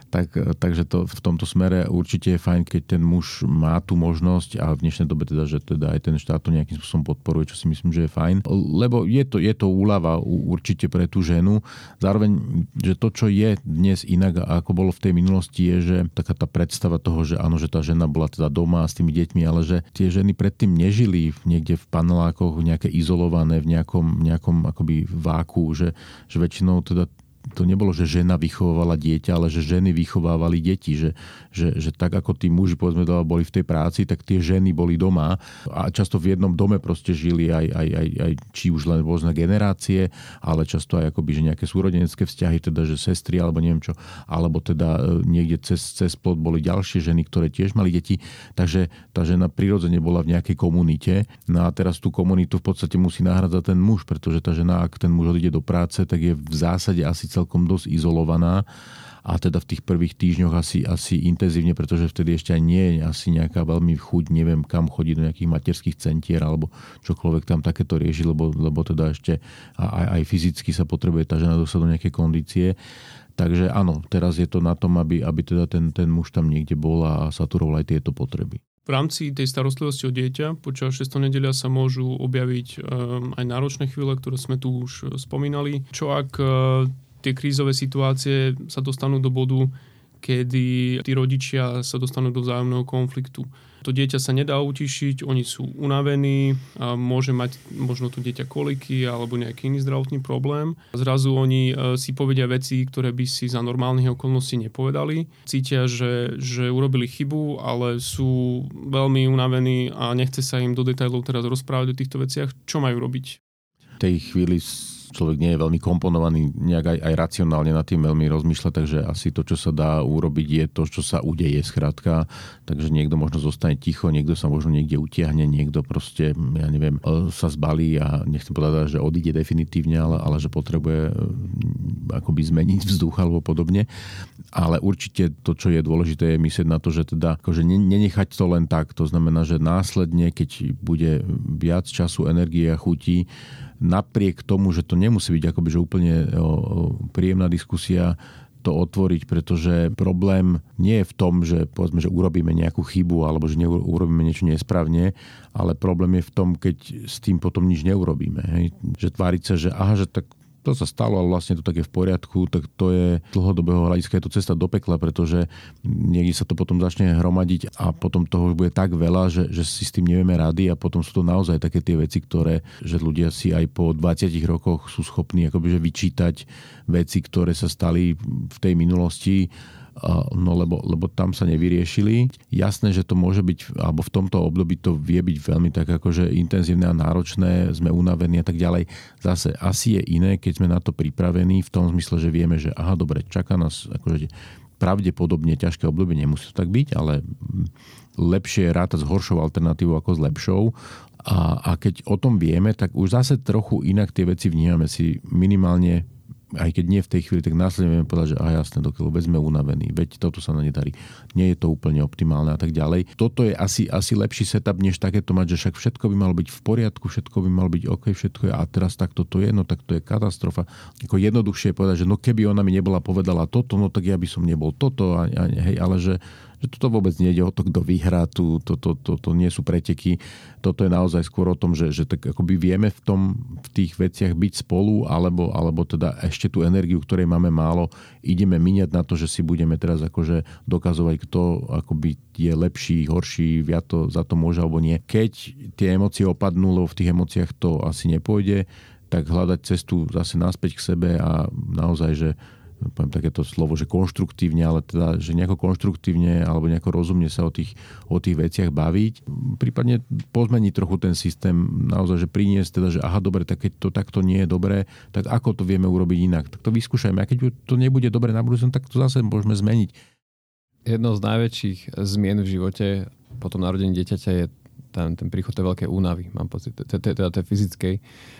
S1: Takže to v tomto smere určite je fajn, keď ten muž má tú možnosť a v dnešnej dobe teda, že teda aj ten štát to nejakým spôsobom podporuje, čo si myslím, že je fajn. Lebo je to úľava určite pre tú ženu. Zároveň, že to, čo je dnes inak, ako bolo v tej minulosti, je, že taká tá predstava toho, že áno, že tá žena bola teda doma s tými deťmi, ale že tie ženy predtým nežili niekde v panelákoch, nejaké izolované, v nejakom akoby váku, že väčšinou teda to nebolo, že žena vychovávala dieťa, ale že ženy vychovávali deti. Že tak ako tí muži, povedzme, boli v tej práci, tak tie ženy boli doma a často v jednom dome proste žili aj či už len rôzne generácie, ale často aj akoby, že nejaké súrodenecké vzťahy, teda, že sestry alebo neviem čo, alebo teda niekde cez plot boli ďalšie ženy, ktoré tiež mali deti. Takže tá žena prirodzene bola v nejakej komunite. No a teraz tú komunitu v podstate musí nahradzať ten muž, pretože tá žena, ak ten muž odíde do práce, tak je v zásade asi celkom dosť izolovaná a teda v tých prvých týždňoch asi intenzívne, pretože vtedy ešte aj nie je asi nejaká veľmi chuť, neviem kam chodiť do nejakých materských centier alebo čokoľvek tam takéto rieši, lebo teda ešte aj fyzicky sa potrebuje tá žena dostať do nejakej kondície. Takže áno, teraz je to na tom, aby teda ten muž tam niekde bol a saturoval aj tieto potreby.
S4: V rámci tej starostlivosti o dieťa počas 6. nedeľa sa môžu objaviť aj náročné chvíle, ktoré sme tu už spomínali. Čo ak tie krízové situácie sa dostanú do bodu, kedy tí rodičia sa dostanú do vzájomného konfliktu. To dieťa sa nedá utišiť, oni sú unavení, a môže mať možno to dieťa koliky alebo nejaký iný zdravotný problém. Zrazu oni si povedia veci, ktoré by si za normálnych okolností nepovedali. Cítia, že urobili chybu, ale sú veľmi unavení a nechce sa im do detailov teraz rozprávať o týchto veciach. Čo majú robiť?
S1: V tej chvíli človek nie je veľmi komponovaný, nejak aj racionálne nad tým veľmi rozmýšľa, takže asi to, čo sa dá urobiť, je to, čo sa udeje skrátka. Takže niekto možno zostane ticho, niekto sa možno niekde utiahne, niekto proste, ja neviem, sa zbalí a nechcem povedať, že odíde definitívne, ale že potrebuje akoby zmeniť vzduch alebo podobne. Ale určite to, čo je dôležité, je myslieť na to, že teda akože nenechať to len tak. To znamená, že následne, keď bude viac času, energie a chutí, napriek tomu, že to nemusí byť akoby, že úplne príjemná diskusia, to otvoriť, pretože problém nie je v tom, že povedzme, že urobíme nejakú chybu alebo že urobíme niečo nesprávne, ale problém je v tom, keď s tým potom nič neurobíme. Hej? Že tváriť sa, že aha, že tak to sa stalo, ale vlastne to tak je v poriadku, tak to je dlhodobého hľadiska, je to cesta do pekla, pretože niekde sa to potom začne hromadiť a potom toho už bude tak veľa, že si s tým nevieme rady a potom sú to naozaj také tie veci, ktoré, že ľudia si aj po 20 rokoch sú schopní akoby, že vyčítať veci, ktoré sa stali v tej minulosti, no lebo tam sa nevyriešili. Jasné, že to môže byť, alebo v tomto období to vie byť veľmi tak akože intenzívne a náročné, sme unavení a tak ďalej. Zase asi je iné, keď sme na to pripravení v tom zmysle, že vieme, že aha, dobre, čaká nás akože pravdepodobne ťažké obdobie, nemusí to tak byť, ale lepšie je rátať s horšou alternatívou ako s lepšou. A keď o tom vieme, tak už zase trochu inak tie veci vnímame si minimálne, aj keď nie v tej chvíli, tak následne vieme povedať, že jasné, dokiaľ vôbec sme unavení, veď toto sa nám nedarí, nie je to úplne optimálne a tak ďalej. Toto je asi lepší setup, než takéto mať, že však všetko by malo byť v poriadku, všetko by malo byť OK, všetko je a teraz tak toto je, no tak to je katastrofa. Ako jednoduchšie je povedať, že no keby ona mi nebola povedala toto, no tak ja by som nebol toto, hej, ale že toto vôbec nejde o to, kto vyhrá, to nie sú preteky. Toto je naozaj skôr o tom, že tak akoby vieme v tých veciach byť spolu, alebo teda ešte tú energiu, ktorej máme málo, ideme míňať na to, že si budeme teraz akože dokazovať, kto akoby je lepší, horší, viac to za to môže alebo nie. Keď tie emócie opadnú, lebo v tých emóciách to asi nepôjde, tak hľadať cestu zase naspäť k sebe a naozaj, že poviem takéto slovo, že konštruktívne, ale teda, že nejako konštruktívne alebo nejako rozumne sa o tých veciach baviť. Prípadne pozmeniť trochu ten systém, naozaj, že priniesť teda, že aha, dobre, tak keď to takto nie je dobré, tak ako to vieme urobiť inak? Tak to vyskúšajme. A keď to nebude dobre na budúcom, tak to zase môžeme zmeniť.
S3: Jednou z najväčších zmien v živote po tom narodení dieťaťa je ten príchod tej veľkej únavy, mám pocit, teda tej fyzickej.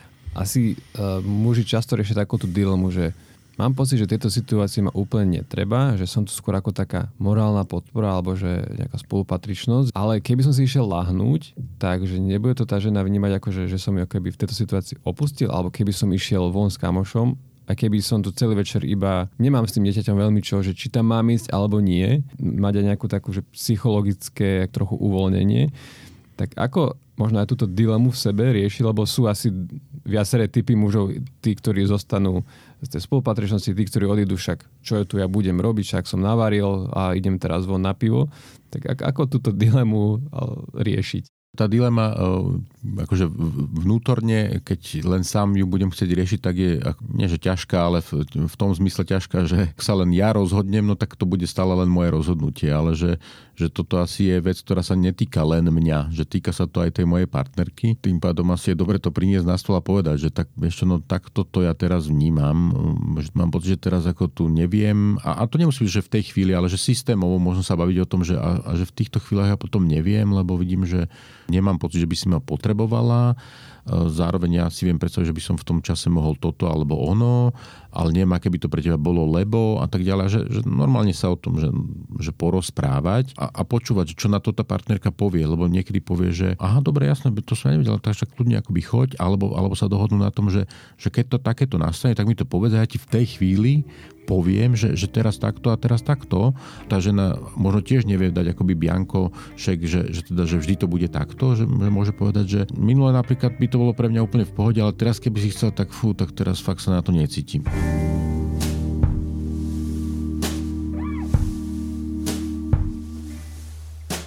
S3: Asi muži často riešia takúto dilemu, že mám pocit, že tieto situácie ma úplne netreba, že som tu skôr ako taká morálna podpora alebo že nejaká spolupatričnosť, ale keby som si išiel lahnúť, takže nebude to tá žena vnímať ako, že som ju keby v tejto situácii opustil, alebo keby som išiel von s kamošom a keby som tu celý večer iba nemám s tým dieťaťom veľmi čo, že či tam mám ísť alebo nie, mať aj nejakú takú, že psychologické trochu uvoľnenie, tak ako možno aj túto dilemu v sebe rieši, lebo sú asi viaceré typy mužov, tí, ktorí zostanú z tej spolupatričnosti, tí, ktorí odídu, však čo je tu ja budem robiť, však som navaril a idem teraz von na pivo. Tak ako túto dilemu riešiť?
S1: Tá dilema akože vnútorne, keď len sám ju budem chcieť riešiť, tak je nie že ťažká, ale v tom zmysle ťažká, že ak sa len ja rozhodnem, no tak to bude stále len moje rozhodnutie, ale že toto asi je vec, ktorá sa netýka len mňa, že týka sa to aj tej mojej partnerky. Tým pádom asi je dobre to priniesť na stôl a povedať, že tak vieš čo, no tak toto ja teraz vnímam, že mám pocit, že teraz ako tu neviem a to nemusí byť, že v tej chvíli, ale že systémovo možno sa baviť o tom, že že v týchto chvíľach ja potom neviem, lebo vidím, že nemám pocit, že by si ma potrebovala. Zároveň ja si viem predstaviť, že by som v tom čase mohol toto alebo ono, ale neviem, aké by to pre teba bolo, lebo a tak ďalej. Že normálne sa o tom, že porozprávať a počúvať, čo na to tá partnerka povie, lebo niekedy povie, že aha, dobre, jasné, to som ja nevedel, tak však kľudne akoby choď, alebo sa dohodnú na tom, že keď to takéto nastane, tak mi to povedz a ja ti v tej chvíli poviem, že teraz takto a teraz takto. Tá žena možno tiež nevie dať akoby bianko šek, že vždy to bude takto, že môže povedať, že minule napríklad by to bolo pre mňa úplne v pohode, ale teraz keby si chcel, tak tak teraz fakt sa na to necítim.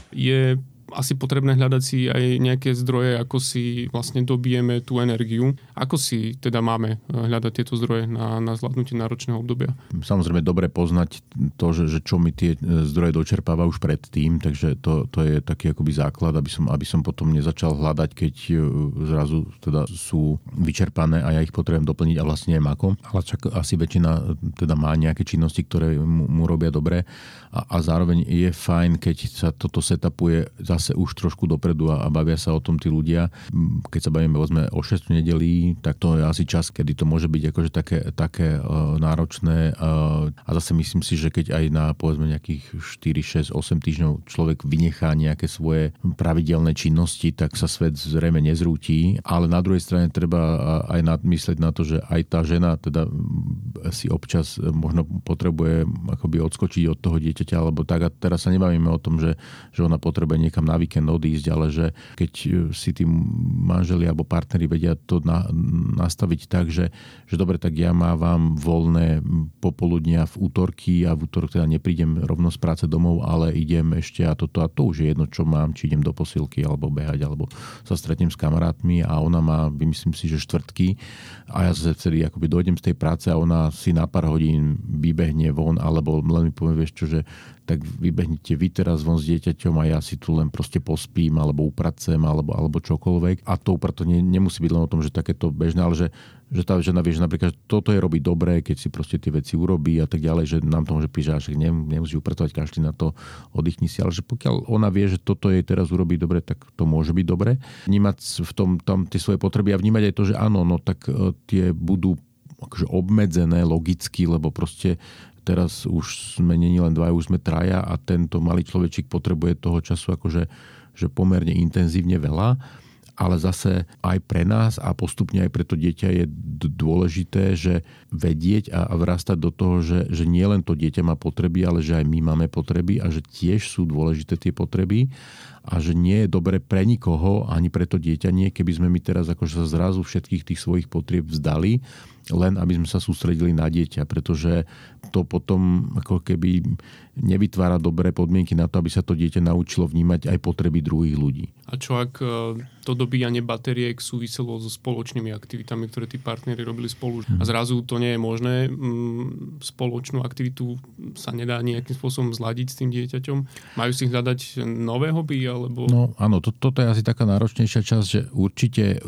S4: je asi potrebné hľadať si aj nejaké zdroje, ako si vlastne dobijeme tú energiu. Ako si teda máme hľadať tieto zdroje na zvládnutie náročného obdobia?
S1: Samozrejme dobre poznať to, že čo mi tie zdroje dočerpáva už predtým, takže to je taký akoby základ, aby som potom nezačal hľadať, keď zrazu teda sú vyčerpané a ja ich potrebujem doplniť a vlastne neviem ako. Ale čak asi väčšina teda má nejaké činnosti, ktoré mu robia dobre a zároveň je fajn, keď sa toto setupuje zase už trošku dopredu a bavia sa o tom tí ľudia. Keď sa bavíme o 6 nedelí, tak to je asi čas, kedy to môže byť akože také náročné a zase myslím si, že keď aj na povedzme nejakých 4, 6, 8 týždňov človek vynechá nejaké svoje pravidelné činnosti, tak sa svet zrejme nezrúti, ale na druhej strane treba aj myslieť na to, že aj tá žena teda si občas možno potrebuje akoby odskočiť od toho dieťaťa alebo tak a teraz sa nebavíme o tom, že ona potrebuje niekam na víkend odísť, ale že keď si tí manželi alebo partneri vedia to nastaviť tak, že dobre, tak ja mávam voľné popoludnia v útorky a v útorok teda neprídem rovno z práce domov, ale idem ešte a to už je jedno, čo mám, či idem do posilky alebo behať, alebo sa stretnem s kamarátmi a ona má, myslím si, že štvrtky a ja zase vtedy akoby dojdem z tej práce a ona si na pár hodín vybehne von, alebo len mi povie, vieš čo, že tak vybehnite vy teraz von s dieťaťom a ja si tu len proste pospím alebo upracem alebo čokoľvek. A to uprato nemusí byť len o tom, že takéto bežné, ale že tá žena vie, že napríklad toto je robiť dobre, keď si proste tie veci urobí a tak ďalej, že nám to môže prísť, že nemusí upratovať, kašli na to, oddychni si, ale že pokiaľ ona vie, že toto je teraz urobiť dobre, tak to môže byť dobre. Vnímať v tom tam tie svoje potreby a vnímať aj to, že áno, no tak tie budú akože obmedzené logicky, lebo proste teraz už sme není len dvaja, už sme traja a tento malý človečík potrebuje toho času akože že pomerne intenzívne veľa, ale zase aj pre nás a postupne aj pre to dieťa je dôležité, že vedieť a vrastať do toho, že nie len to dieťa má potreby, ale že aj my máme potreby a že tiež sú dôležité tie potreby a že nie je dobre pre nikoho, ani pre to dieťa nie, keby sme my teraz akože sa zrazu všetkých tých svojich potrieb vzdali, len aby sme sa sústredili na dieťa, pretože to potom ako keby nevytvára dobré podmienky na to, aby sa to dieťa naučilo vnímať aj potreby druhých ľudí.
S4: A čo ak to dobíjanie batériek súviselo so spoločnými aktivitami, ktoré tí partneri robili spolu a zrazu to nie je možné, spoločnú aktivitu sa nedá nejakým spôsobom zladiť s tým dieťaťom? Majú si hľadať nové hobby? Alebo...
S1: No áno, toto je asi taká náročnejšia časť, že určite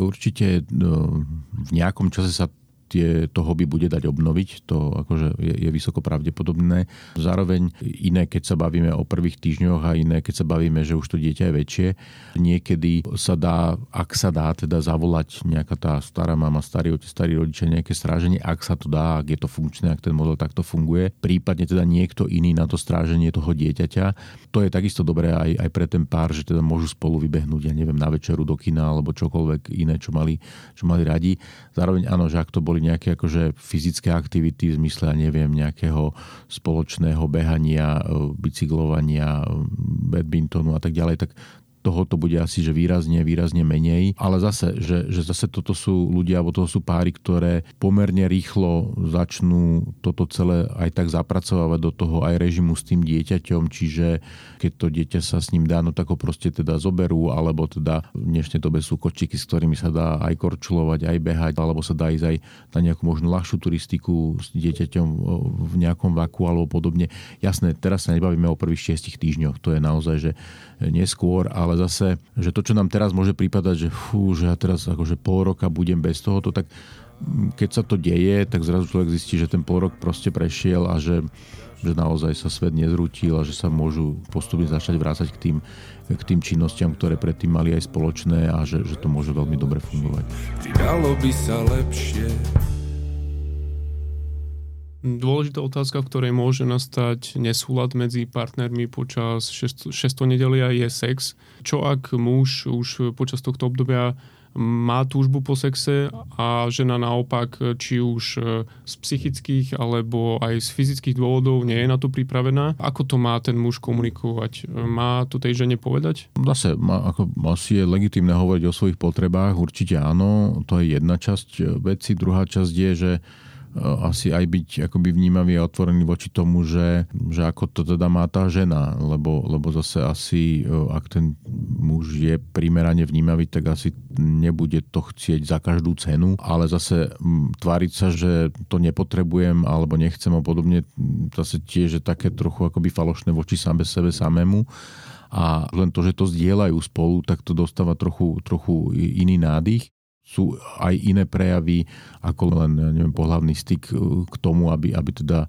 S1: v nejakom čase sa to hobby bude dať obnoviť, to akože je vysoko pravdepodobné. Zároveň iné, keď sa bavíme o prvých týždňoch a iné, keď sa bavíme, že už to dieťa je väčšie. Niekedy sa dá, ak sa dá teda zavolať nejaká tá stará mama, starý otec, starí rodičia, nejaké stráženie, ak sa to dá, ak je to funkčné, ak ten model takto funguje. Prípadne teda niekto iný na to stráženie toho dieťaťa. To je takisto dobré aj pre ten pár, že teda môžu spolu vybehnúť, ja neviem, na večeru do kina alebo čokoľvek iné, čo mali radi. Zároveň áno, že ak to boli nejaké akože fyzické aktivity v zmysle, ja neviem, nejakého spoločného behania, bicyklovania, badmintonu a tak ďalej, tak tohoto bude asi, že výrazne menej. Ale zase, že zase toto sú ľudia, alebo toto sú páry, ktoré pomerne rýchlo začnú toto celé aj tak zapracovávať do toho aj režimu s tým dieťaťom, čiže keď to dieťa sa s ním dá, no tak ho proste teda zoberú, alebo teda v dnešnej dobe sú kočíky, s ktorými sa dá aj korčulovať, aj behať, alebo sa dá ísť aj na nejakú možno ľahšiu turistiku s dieťaťom v nejakom vaku alebo podobne. Jasné, teraz sa nebavíme o prvých 6 týždňoch, to je naozaj, že neskôr, ale zase, že to, čo nám teraz môže pripadať, že že ja teraz akože pol roka budem bez tohoto, tak keď sa to deje, tak zrazu človek zistí, že ten pol rok proste prešiel a že naozaj sa svet nezrútil a že sa môžu postupne začať vrácať k tým činnostiam, ktoré predtým mali aj spoločné a že to môže veľmi dobre fungovať.
S2: Dalo by sa lepšie.
S4: Dôležitá otázka, v ktorej môže nastať nesúlad medzi partnermi počas 6. nedelia je sex. Čo ak muž už počas tohto obdobia má túžbu po sexe a žena naopak, či už z psychických alebo aj z fyzických dôvodov nie je na to pripravená? Ako to má ten muž komunikovať? Má to tej žene povedať?
S1: Zase, asi je legitímne hovoriť o svojich potrebách, určite áno, to je jedna časť veci. Druhá časť je, že asi aj byť akoby vnímavý a otvorený voči tomu, že ako to teda má tá žena, lebo zase asi, ak ten muž je primerane vnímavý, tak asi nebude to chcieť za každú cenu, ale zase tváriť sa, že to nepotrebujem alebo nechcem a podobne, zase tiež je také trochu akoby falošné voči sebe samému. A len to, že to zdieľajú spolu, tak to dostáva trochu iný nádych. Sú aj iné prejavy, ako len, neviem, pohlavný styk k tomu, aby teda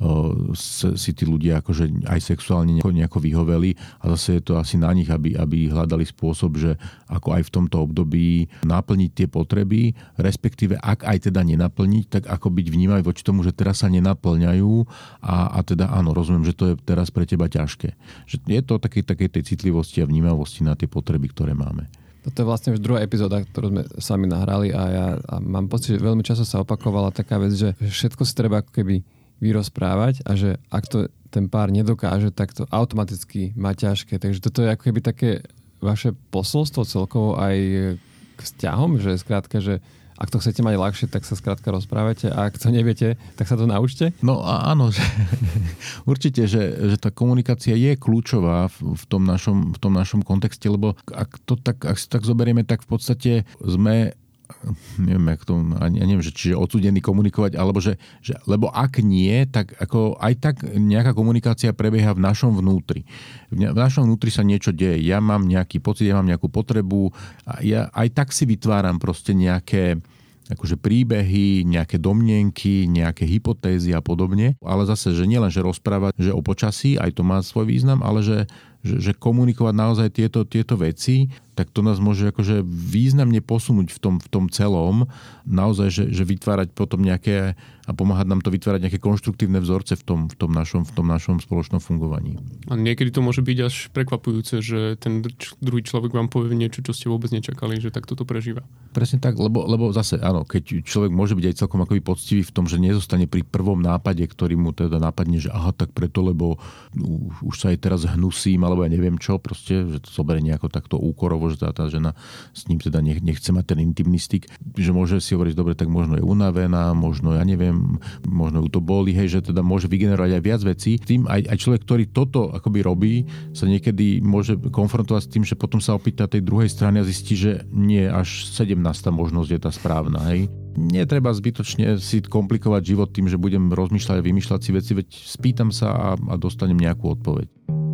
S1: si tí ľudia akože aj sexuálne nejako vyhoveli. A zase je to asi na nich, aby hľadali spôsob, že ako aj v tomto období naplniť tie potreby, respektíve ak aj teda nenaplniť, tak ako byť vnímavý voči tomu, že teraz sa nenaplňajú a teda áno, rozumiem, že to je teraz pre teba ťažké. Že je to takej tej citlivosti a vnímavosti na tie potreby, ktoré máme.
S3: Toto je vlastne už druhá epizóda, ktorú sme sami nahrali a ja mám pocit, že veľmi často sa opakovala taká vec, že všetko si treba ako keby vyrozprávať a že ak to ten pár nedokáže, tak to automaticky má ťažké. Takže toto je ako keby také vaše posolstvo celkovo aj k vzťahom, že skrátka, že ak to chcete mať ľahšie, tak sa skrátka rozprávate a ak to neviete, tak sa to naučte?
S1: No áno, určite, že tá komunikácia je kľúčová v tom našom kontexte, lebo ak si tak zoberieme, tak v podstate sme neviem, jak to, neviem, že čiže odsúdený komunikovať, alebo že lebo ak nie, tak ako aj tak nejaká komunikácia prebieha v našom vnútri. V našom vnútri sa niečo deje. Ja mám nejaký pocit, ja mám nejakú potrebu a ja aj tak si vytváram proste nejaké akože príbehy, nejaké domnienky, nejaké hypotézy a podobne. Ale zase, že nielen, že rozprávať, že o počasí, aj to má svoj význam, ale že komunikovať naozaj tieto veci, tak to nás môže akože významne posunúť v tom celom. Naozaj, že vytvárať potom nejaké a pomáhať nám to vytvárať nejaké konštruktívne vzorce v tom našom spoločnom fungovaní.
S4: A niekedy to môže byť až prekvapujúce, že ten druhý človek vám povie niečo, čo ste vôbec nečakali, že takto to prežíva.
S1: Presne tak, lebo zase áno, keď človek môže byť aj celkom akoby poctivý v tom, že nezostane pri prvom nápade, ktorý mu teda napadne, že aha, tak preto, lebo už sa aj teraz hnusím, alebo ja neviem čo, proste, že to zoberie nejako takto úkorovo, že tá žena s ním teda nechce mať ten intimný styk, že môže si hovoriť, dobre, tak možno je unavená, možno, ja neviem, možno ju to boli, hej, že teda môže vygenerovať aj viac vecí. Tým aj človek, ktorý toto akoby robí, sa niekedy môže konfrontovať s tým, že potom sa opýta tej druhej strany a zistí, že nie, až 17. možnosť je tá správna, hej. Netreba zbytočne si komplikovať život tým, že budem rozmýšľať a vymýšľať si veci, veď spýtam sa a dostanem nejakú odpoveď.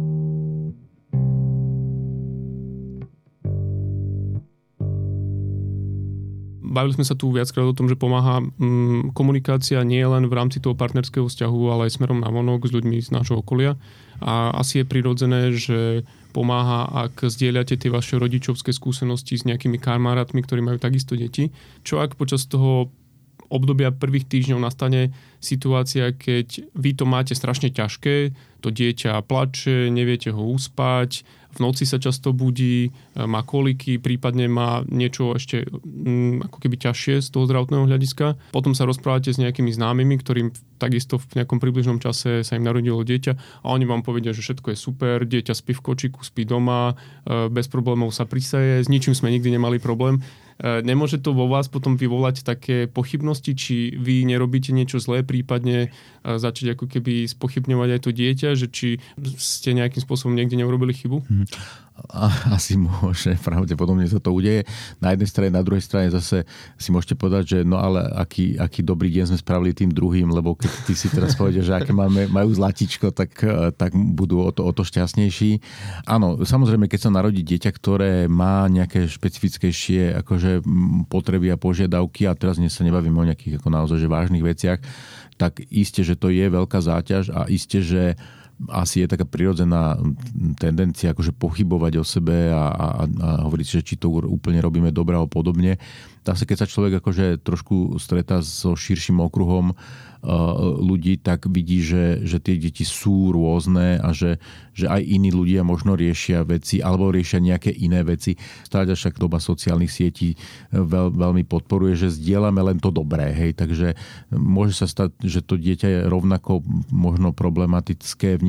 S4: Bavili sme sa tu viackrát o tom, že pomáha komunikácia nie len v rámci toho partnerského vzťahu, ale aj smerom navonok s ľuďmi z nášho okolia. A asi je prirodzené, že pomáha, ak zdieľate tie vaše rodičovské skúsenosti s nejakými kamarátmi, ktorí majú takisto deti. Čo ak počas toho obdobia prvých týždňov nastane situácia, keď vy to máte strašne ťažké, to dieťa plače, neviete ho uspať, v noci sa často budí, má koliky, prípadne má niečo ešte ako keby ťažšie z toho zdravotného hľadiska. Potom sa rozprávate s nejakými známymi, ktorým takisto v nejakom približnom čase sa im narodilo dieťa a oni vám povedia, že všetko je super, dieťa spí v kočiku, spí doma, bez problémov sa prisaje, s ničím sme nikdy nemali problém. Nemôže to vo vás potom vyvolať také pochybnosti, či vy nerobíte niečo zlé, prípadne začať ako keby spochybňovať aj to dieťa, že či ste nejakým spôsobom niekde neurobili chybu?
S1: Asi môže, pravdepodobne sa to udeje. Na jednej strane, na druhej strane zase si môžete povedať, že no ale aký dobrý deň sme spravili tým druhým, lebo keď ty si teraz povedal, že aké majú zlatičko, tak budú o to šťastnejší. Áno, samozrejme, keď sa narodí dieťa, ktoré má nejaké špecifickejšie akože potreby a požiadavky, a teraz sa nebavíme o nejakých ako naozaj že vážnych veciach, tak isté, že to je veľká záťaž a isté, že asi je taká prirodzená tendencia akože pochybovať o sebe a hovoriť si, že či to úplne robíme dobre a podobne. Zase keď sa človek akože trošku stretá so širším okruhom ľudí, tak vidí, že tie deti sú rôzne a že aj iní ľudia možno riešia veci alebo riešia nejaké iné veci. Stále však doba sociálnych sietí veľmi podporuje, že zdieľame len to dobré. Hej? Takže môže sa stať, že to dieťa je rovnako možno problematické v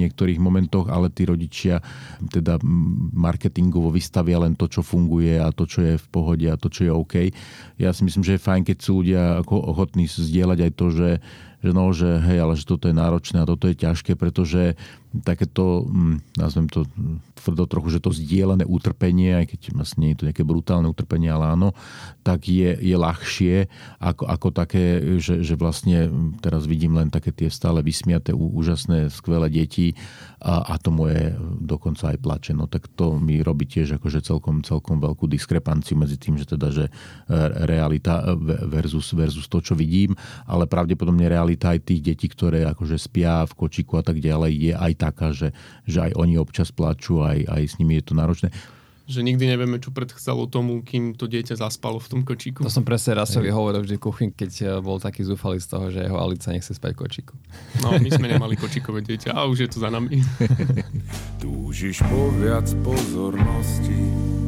S1: v niektorých momentoch, ale tí rodičia teda marketingovo vystavia len to, čo funguje a to, čo je v pohode a to, čo je OK. Ja si myslím, že je fajn, keď sú ľudia ochotní zdieľať aj to, že hej, ale že toto je náročné a toto je ťažké, pretože takéto, nazvem to tvrdo trochu, že to zdieľané utrpenie, aj keď vlastne nie je to nejaké brutálne utrpenie, ale áno, tak je ľahšie ako také, že vlastne teraz vidím len také tie stále vysmiaté, úžasné, skvelé deti a to moje dokonca aj plače. No tak to mi robí tiež akože celkom veľkú diskrepanciu medzi tým, že teda, že realita versus to, čo vidím, ale pravdepodobne realita aj tých detí, ktoré akože spia v kočíku a tak ďalej, je aj taká, že aj oni občas plačú, aj s nimi je to náročné.
S4: Že nikdy nevieme, čo predchádzalo tomu, kým to dieťa zaspalo v tom kočíku.
S3: To som presne Rasovi hovoril vždy v kuchyni, keď bol taký zúfalý z toho, že jeho Alica nechce spať v kočíku.
S4: No, my sme nemali kočíkové dieťa a už je to za nami.
S2: Túžiš po viac pozornosti,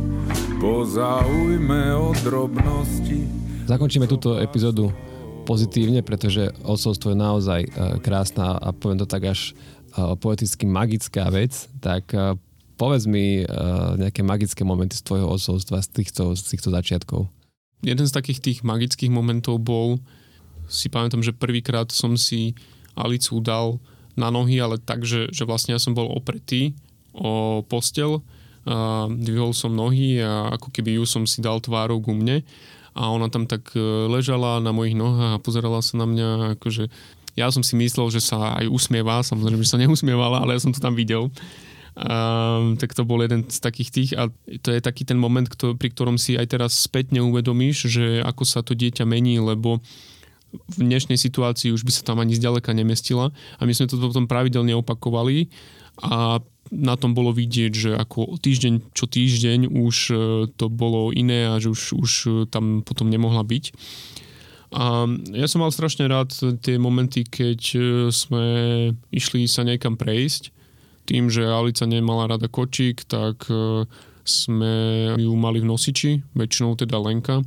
S2: po záujme o drobnosti.
S3: Zakončíme túto epizódu pozitívne, pretože otcovstvo je naozaj krásna a poviem to tak až poeticky magická vec, tak povedz mi nejaké magické momenty z tvojho otcovstva, z týchto začiatkov.
S4: Jeden z takých tých magických momentov bol, si pamätám, že prvýkrát som si Alicu dal na nohy, ale tak, že vlastne ja som bol opretý o posteľ, dvihol som nohy a ako keby ju som si dal tvárou ku mne a ona tam tak ležala na mojich nohách a pozerala sa na mňa akože ja som si myslel, že sa aj usmieva, samozrejme, že sa neusmievala, ale ja som to tam videl. Tak to bol jeden z takých tých a to je taký ten moment, pri ktorom si aj teraz spätne uvedomíš, že ako sa to dieťa mení, lebo v dnešnej situácii už by sa tam ani zďaleka nemestila a my sme to potom pravidelne opakovali a na tom bolo vidieť, že ako týždeň čo týždeň už to bolo iné a že už tam potom nemohla byť. A ja som mal strašne rád tie momenty, keď sme išli sa niekam prejsť. Tým, že Alica nemala rada kočík, tak sme ju mali v nosiči, väčšinou teda Lenka.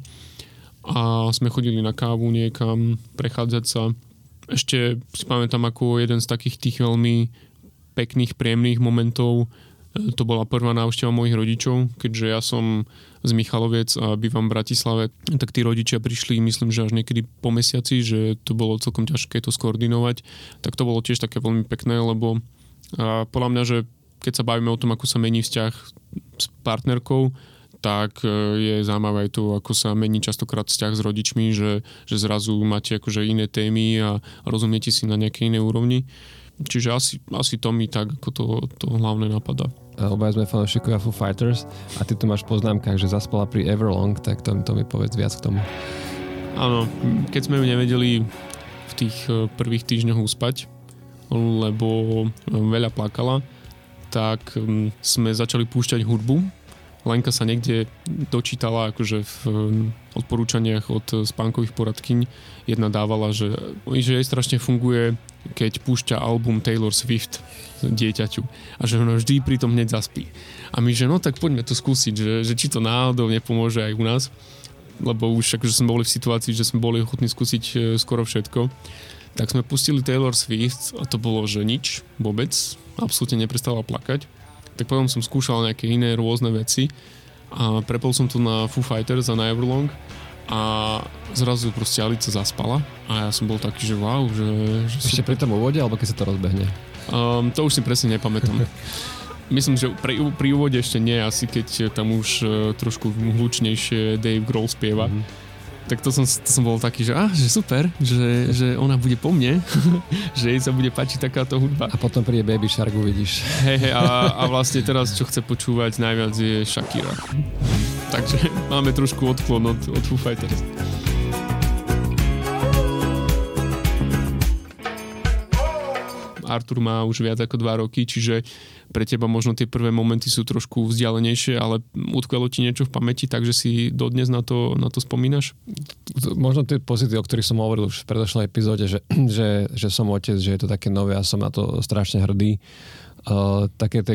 S4: A sme chodili na kávu niekam, prechádzať sa. Ešte si pamätám ako jeden z takých tých veľmi pekných, príjemných momentov. To bola prvá návšteva mojich rodičov, keďže ja som z Michaloviec a bývam v Bratislave, tak tí rodičia prišli, myslím, že až niekedy po mesiaci, že to bolo celkom ťažké to skoordinovať. Tak to bolo tiež také veľmi pekné, lebo podľa mňa, že keď sa bavíme o tom, ako sa mení vzťah s partnerkou, tak je zaujímavé aj to, ako sa mení častokrát vzťah s rodičmi, že zrazu máte akože iné témy a rozumiete si na nejakej inej úrovni. Čiže asi to mi tak ako to hlavné napadá.
S3: Obaja sme fanúšikovia Foo Fighters a ty tu máš v poznámkach, že zaspala pri Everlong, tak to mi povedz viac k tomu.
S4: Áno, keď sme ju nevedeli v tých prvých týždňoch uspať, lebo veľa plakala, tak sme začali púšťať hudbu. Lenka sa niekde dočítala akože v odporúčaniach od spánkových poradkyň. Jedna dávala, že jej strašne funguje, keď púšťa album Taylor Swift dieťaťu. A že ona vždy pri tom hneď zaspí. A my, že no tak poďme to skúsiť, že či to náhodou nepomôže aj u nás. Lebo už akože sme boli v situácii, že sme boli ochotní skúsiť skoro všetko. Tak sme pustili Taylor Swift a to bolo, že nič, vôbec. Absolútne neprestala plakať. Tak potom som skúšal nejaké iné rôzne veci a prepol som to na Foo Fighters a na Everlong a zrazu proste Alica zaspala a ja som bol taký, že wow, že
S3: ešte pri tom úvode, alebo keď sa to rozbehne?
S4: To už si presne nepamätám. Myslím, že pri úvode ešte nie, asi keď tam už trošku hlučnejšie Dave Grohl spieva. Tak to som bol taký, že super, že ona bude po mne, že jej sa bude páčiť takáto hudba.
S3: A potom príde Baby Shark, uvidíš.
S4: Hej, a vlastne teraz, čo chce počúvať najviac je Shakira. Takže máme trošku odklon od Foo Fighters. Artur má už viac ako 2 roky, čiže pre teba možno tie prvé momenty sú trošku vzdialenejšie, ale utkvelo ti niečo v pamäti, takže si dodnes na to spomínaš?
S3: Možno tie pocity, o ktorých som hovoril už v predošlej epizóde, že som otec, že je to také nové a som na to strašne hrdý. Také tie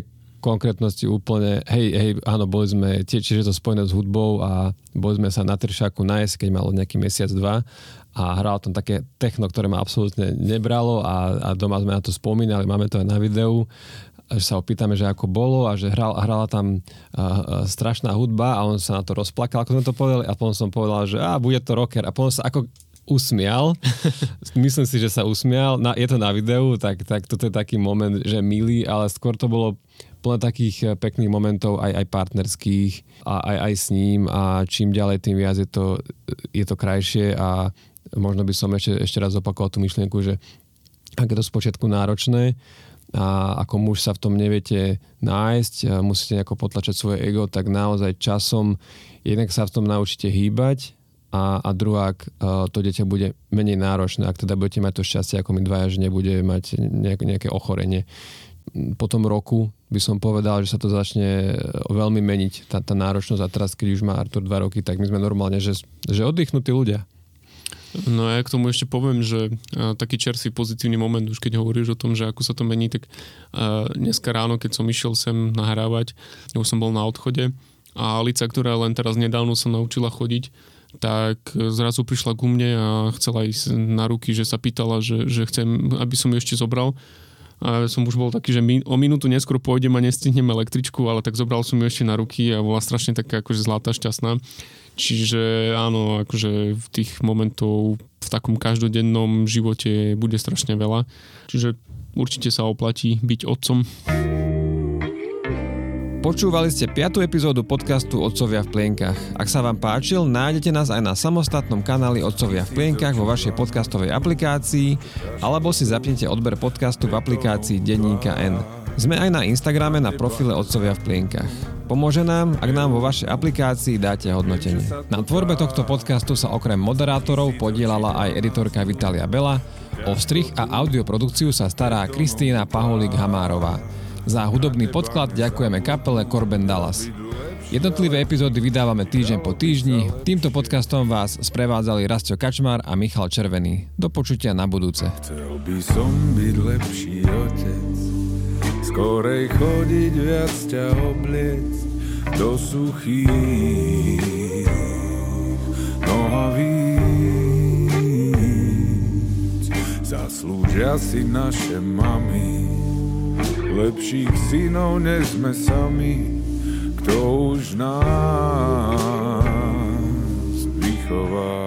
S3: konkrétnosti úplne, hej, áno, boli sme, čiže to spojené s hudbou a boli sme sa na Tršáku nájsť, keď malo nejaký mesiac, dva a hralo tam také techno, ktoré ma absolútne nebralo a doma sme na to spomínali, máme to aj na videu, že sa opýtame, že ako bolo a že hrala tam strašná hudba a on sa na to rozplakal, ako sme to povedali a potom som povedal, že bude to rocker a potom sa ako usmial. Myslím si, že sa usmial. Je to na videu, tak toto je taký moment, že milý, ale skôr to bolo plno takých pekných momentov aj partnerských a aj s ním a čím ďalej, tým viac je to krajšie a možno by som ešte raz opakoval tú myšlienku, že ak je to spočiatku náročné a ako muž sa v tom neviete nájsť, musíte nejako potlačať svoje ego, tak naozaj časom jednak sa v tom naučíte hýbať a druhák to dieťa bude menej náročné, ak teda budete mať to šťastie ako my dvaja, že nebude mať nejaké ochorenie. Po tom roku by som povedal, že sa to začne veľmi meniť, tá náročnosť a teraz, keď už má Artur 2 roky, tak my sme normálne, že oddychnutí ľudia.
S4: No a ja k tomu ešte poviem, že taký čerstvý pozitívny moment, už keď hovoríš o tom, že ako sa to mení, tak dneska ráno, keď som išiel sem nahrávať, už som bol na odchode a Alica, ktorá len teraz nedávno sa naučila chodiť, tak zrazu prišla ku mne a chcela ísť na ruky, že sa pýtala, že chcem, aby som ju ešte zobral. A som už bol taký, že o minútu neskôr pôjdem a nestihnem električku, ale tak zobral som ju ešte na ruky a bola strašne taká akože zlatá, šťastná. Čiže áno, akože v tých momentov v takom každodennom živote bude strašne veľa. Čiže určite sa oplatí byť otcom.
S3: Počúvali ste 5. epizódu podcastu Otcovia v plienkach. Ak sa vám páčil, nájdete nás aj na samostatnom kanáli Otcovia v plienkach vo vašej podcastovej aplikácii alebo si zapnite odber podcastu v aplikácii Denníka N. Sme aj na Instagrame na profile Otcovia v plienkach. Pomôže nám, ak nám vo vašej aplikácii dáte hodnotenie. Na tvorbe tohto podcastu sa okrem moderátorov podielala aj editorka Vitalia Bela, o strih a audioprodukciu sa stará Kristína Paholík-Hamárová. Za hudobný podklad ďakujeme kapele Corben Dallas. Jednotlivé epizódy vydávame týždeň po týždni. Týmto podcastom vás sprevádzali Rastio Kačmar a Michal Červený. Do počutia na budúce.
S2: Chcel by som byť lepší otec, skorej chodiť viac ťa obliecť do suchých nohavíc. Zaslúžia si naše mami, lepších synov než sme sami, kto už nás vychová.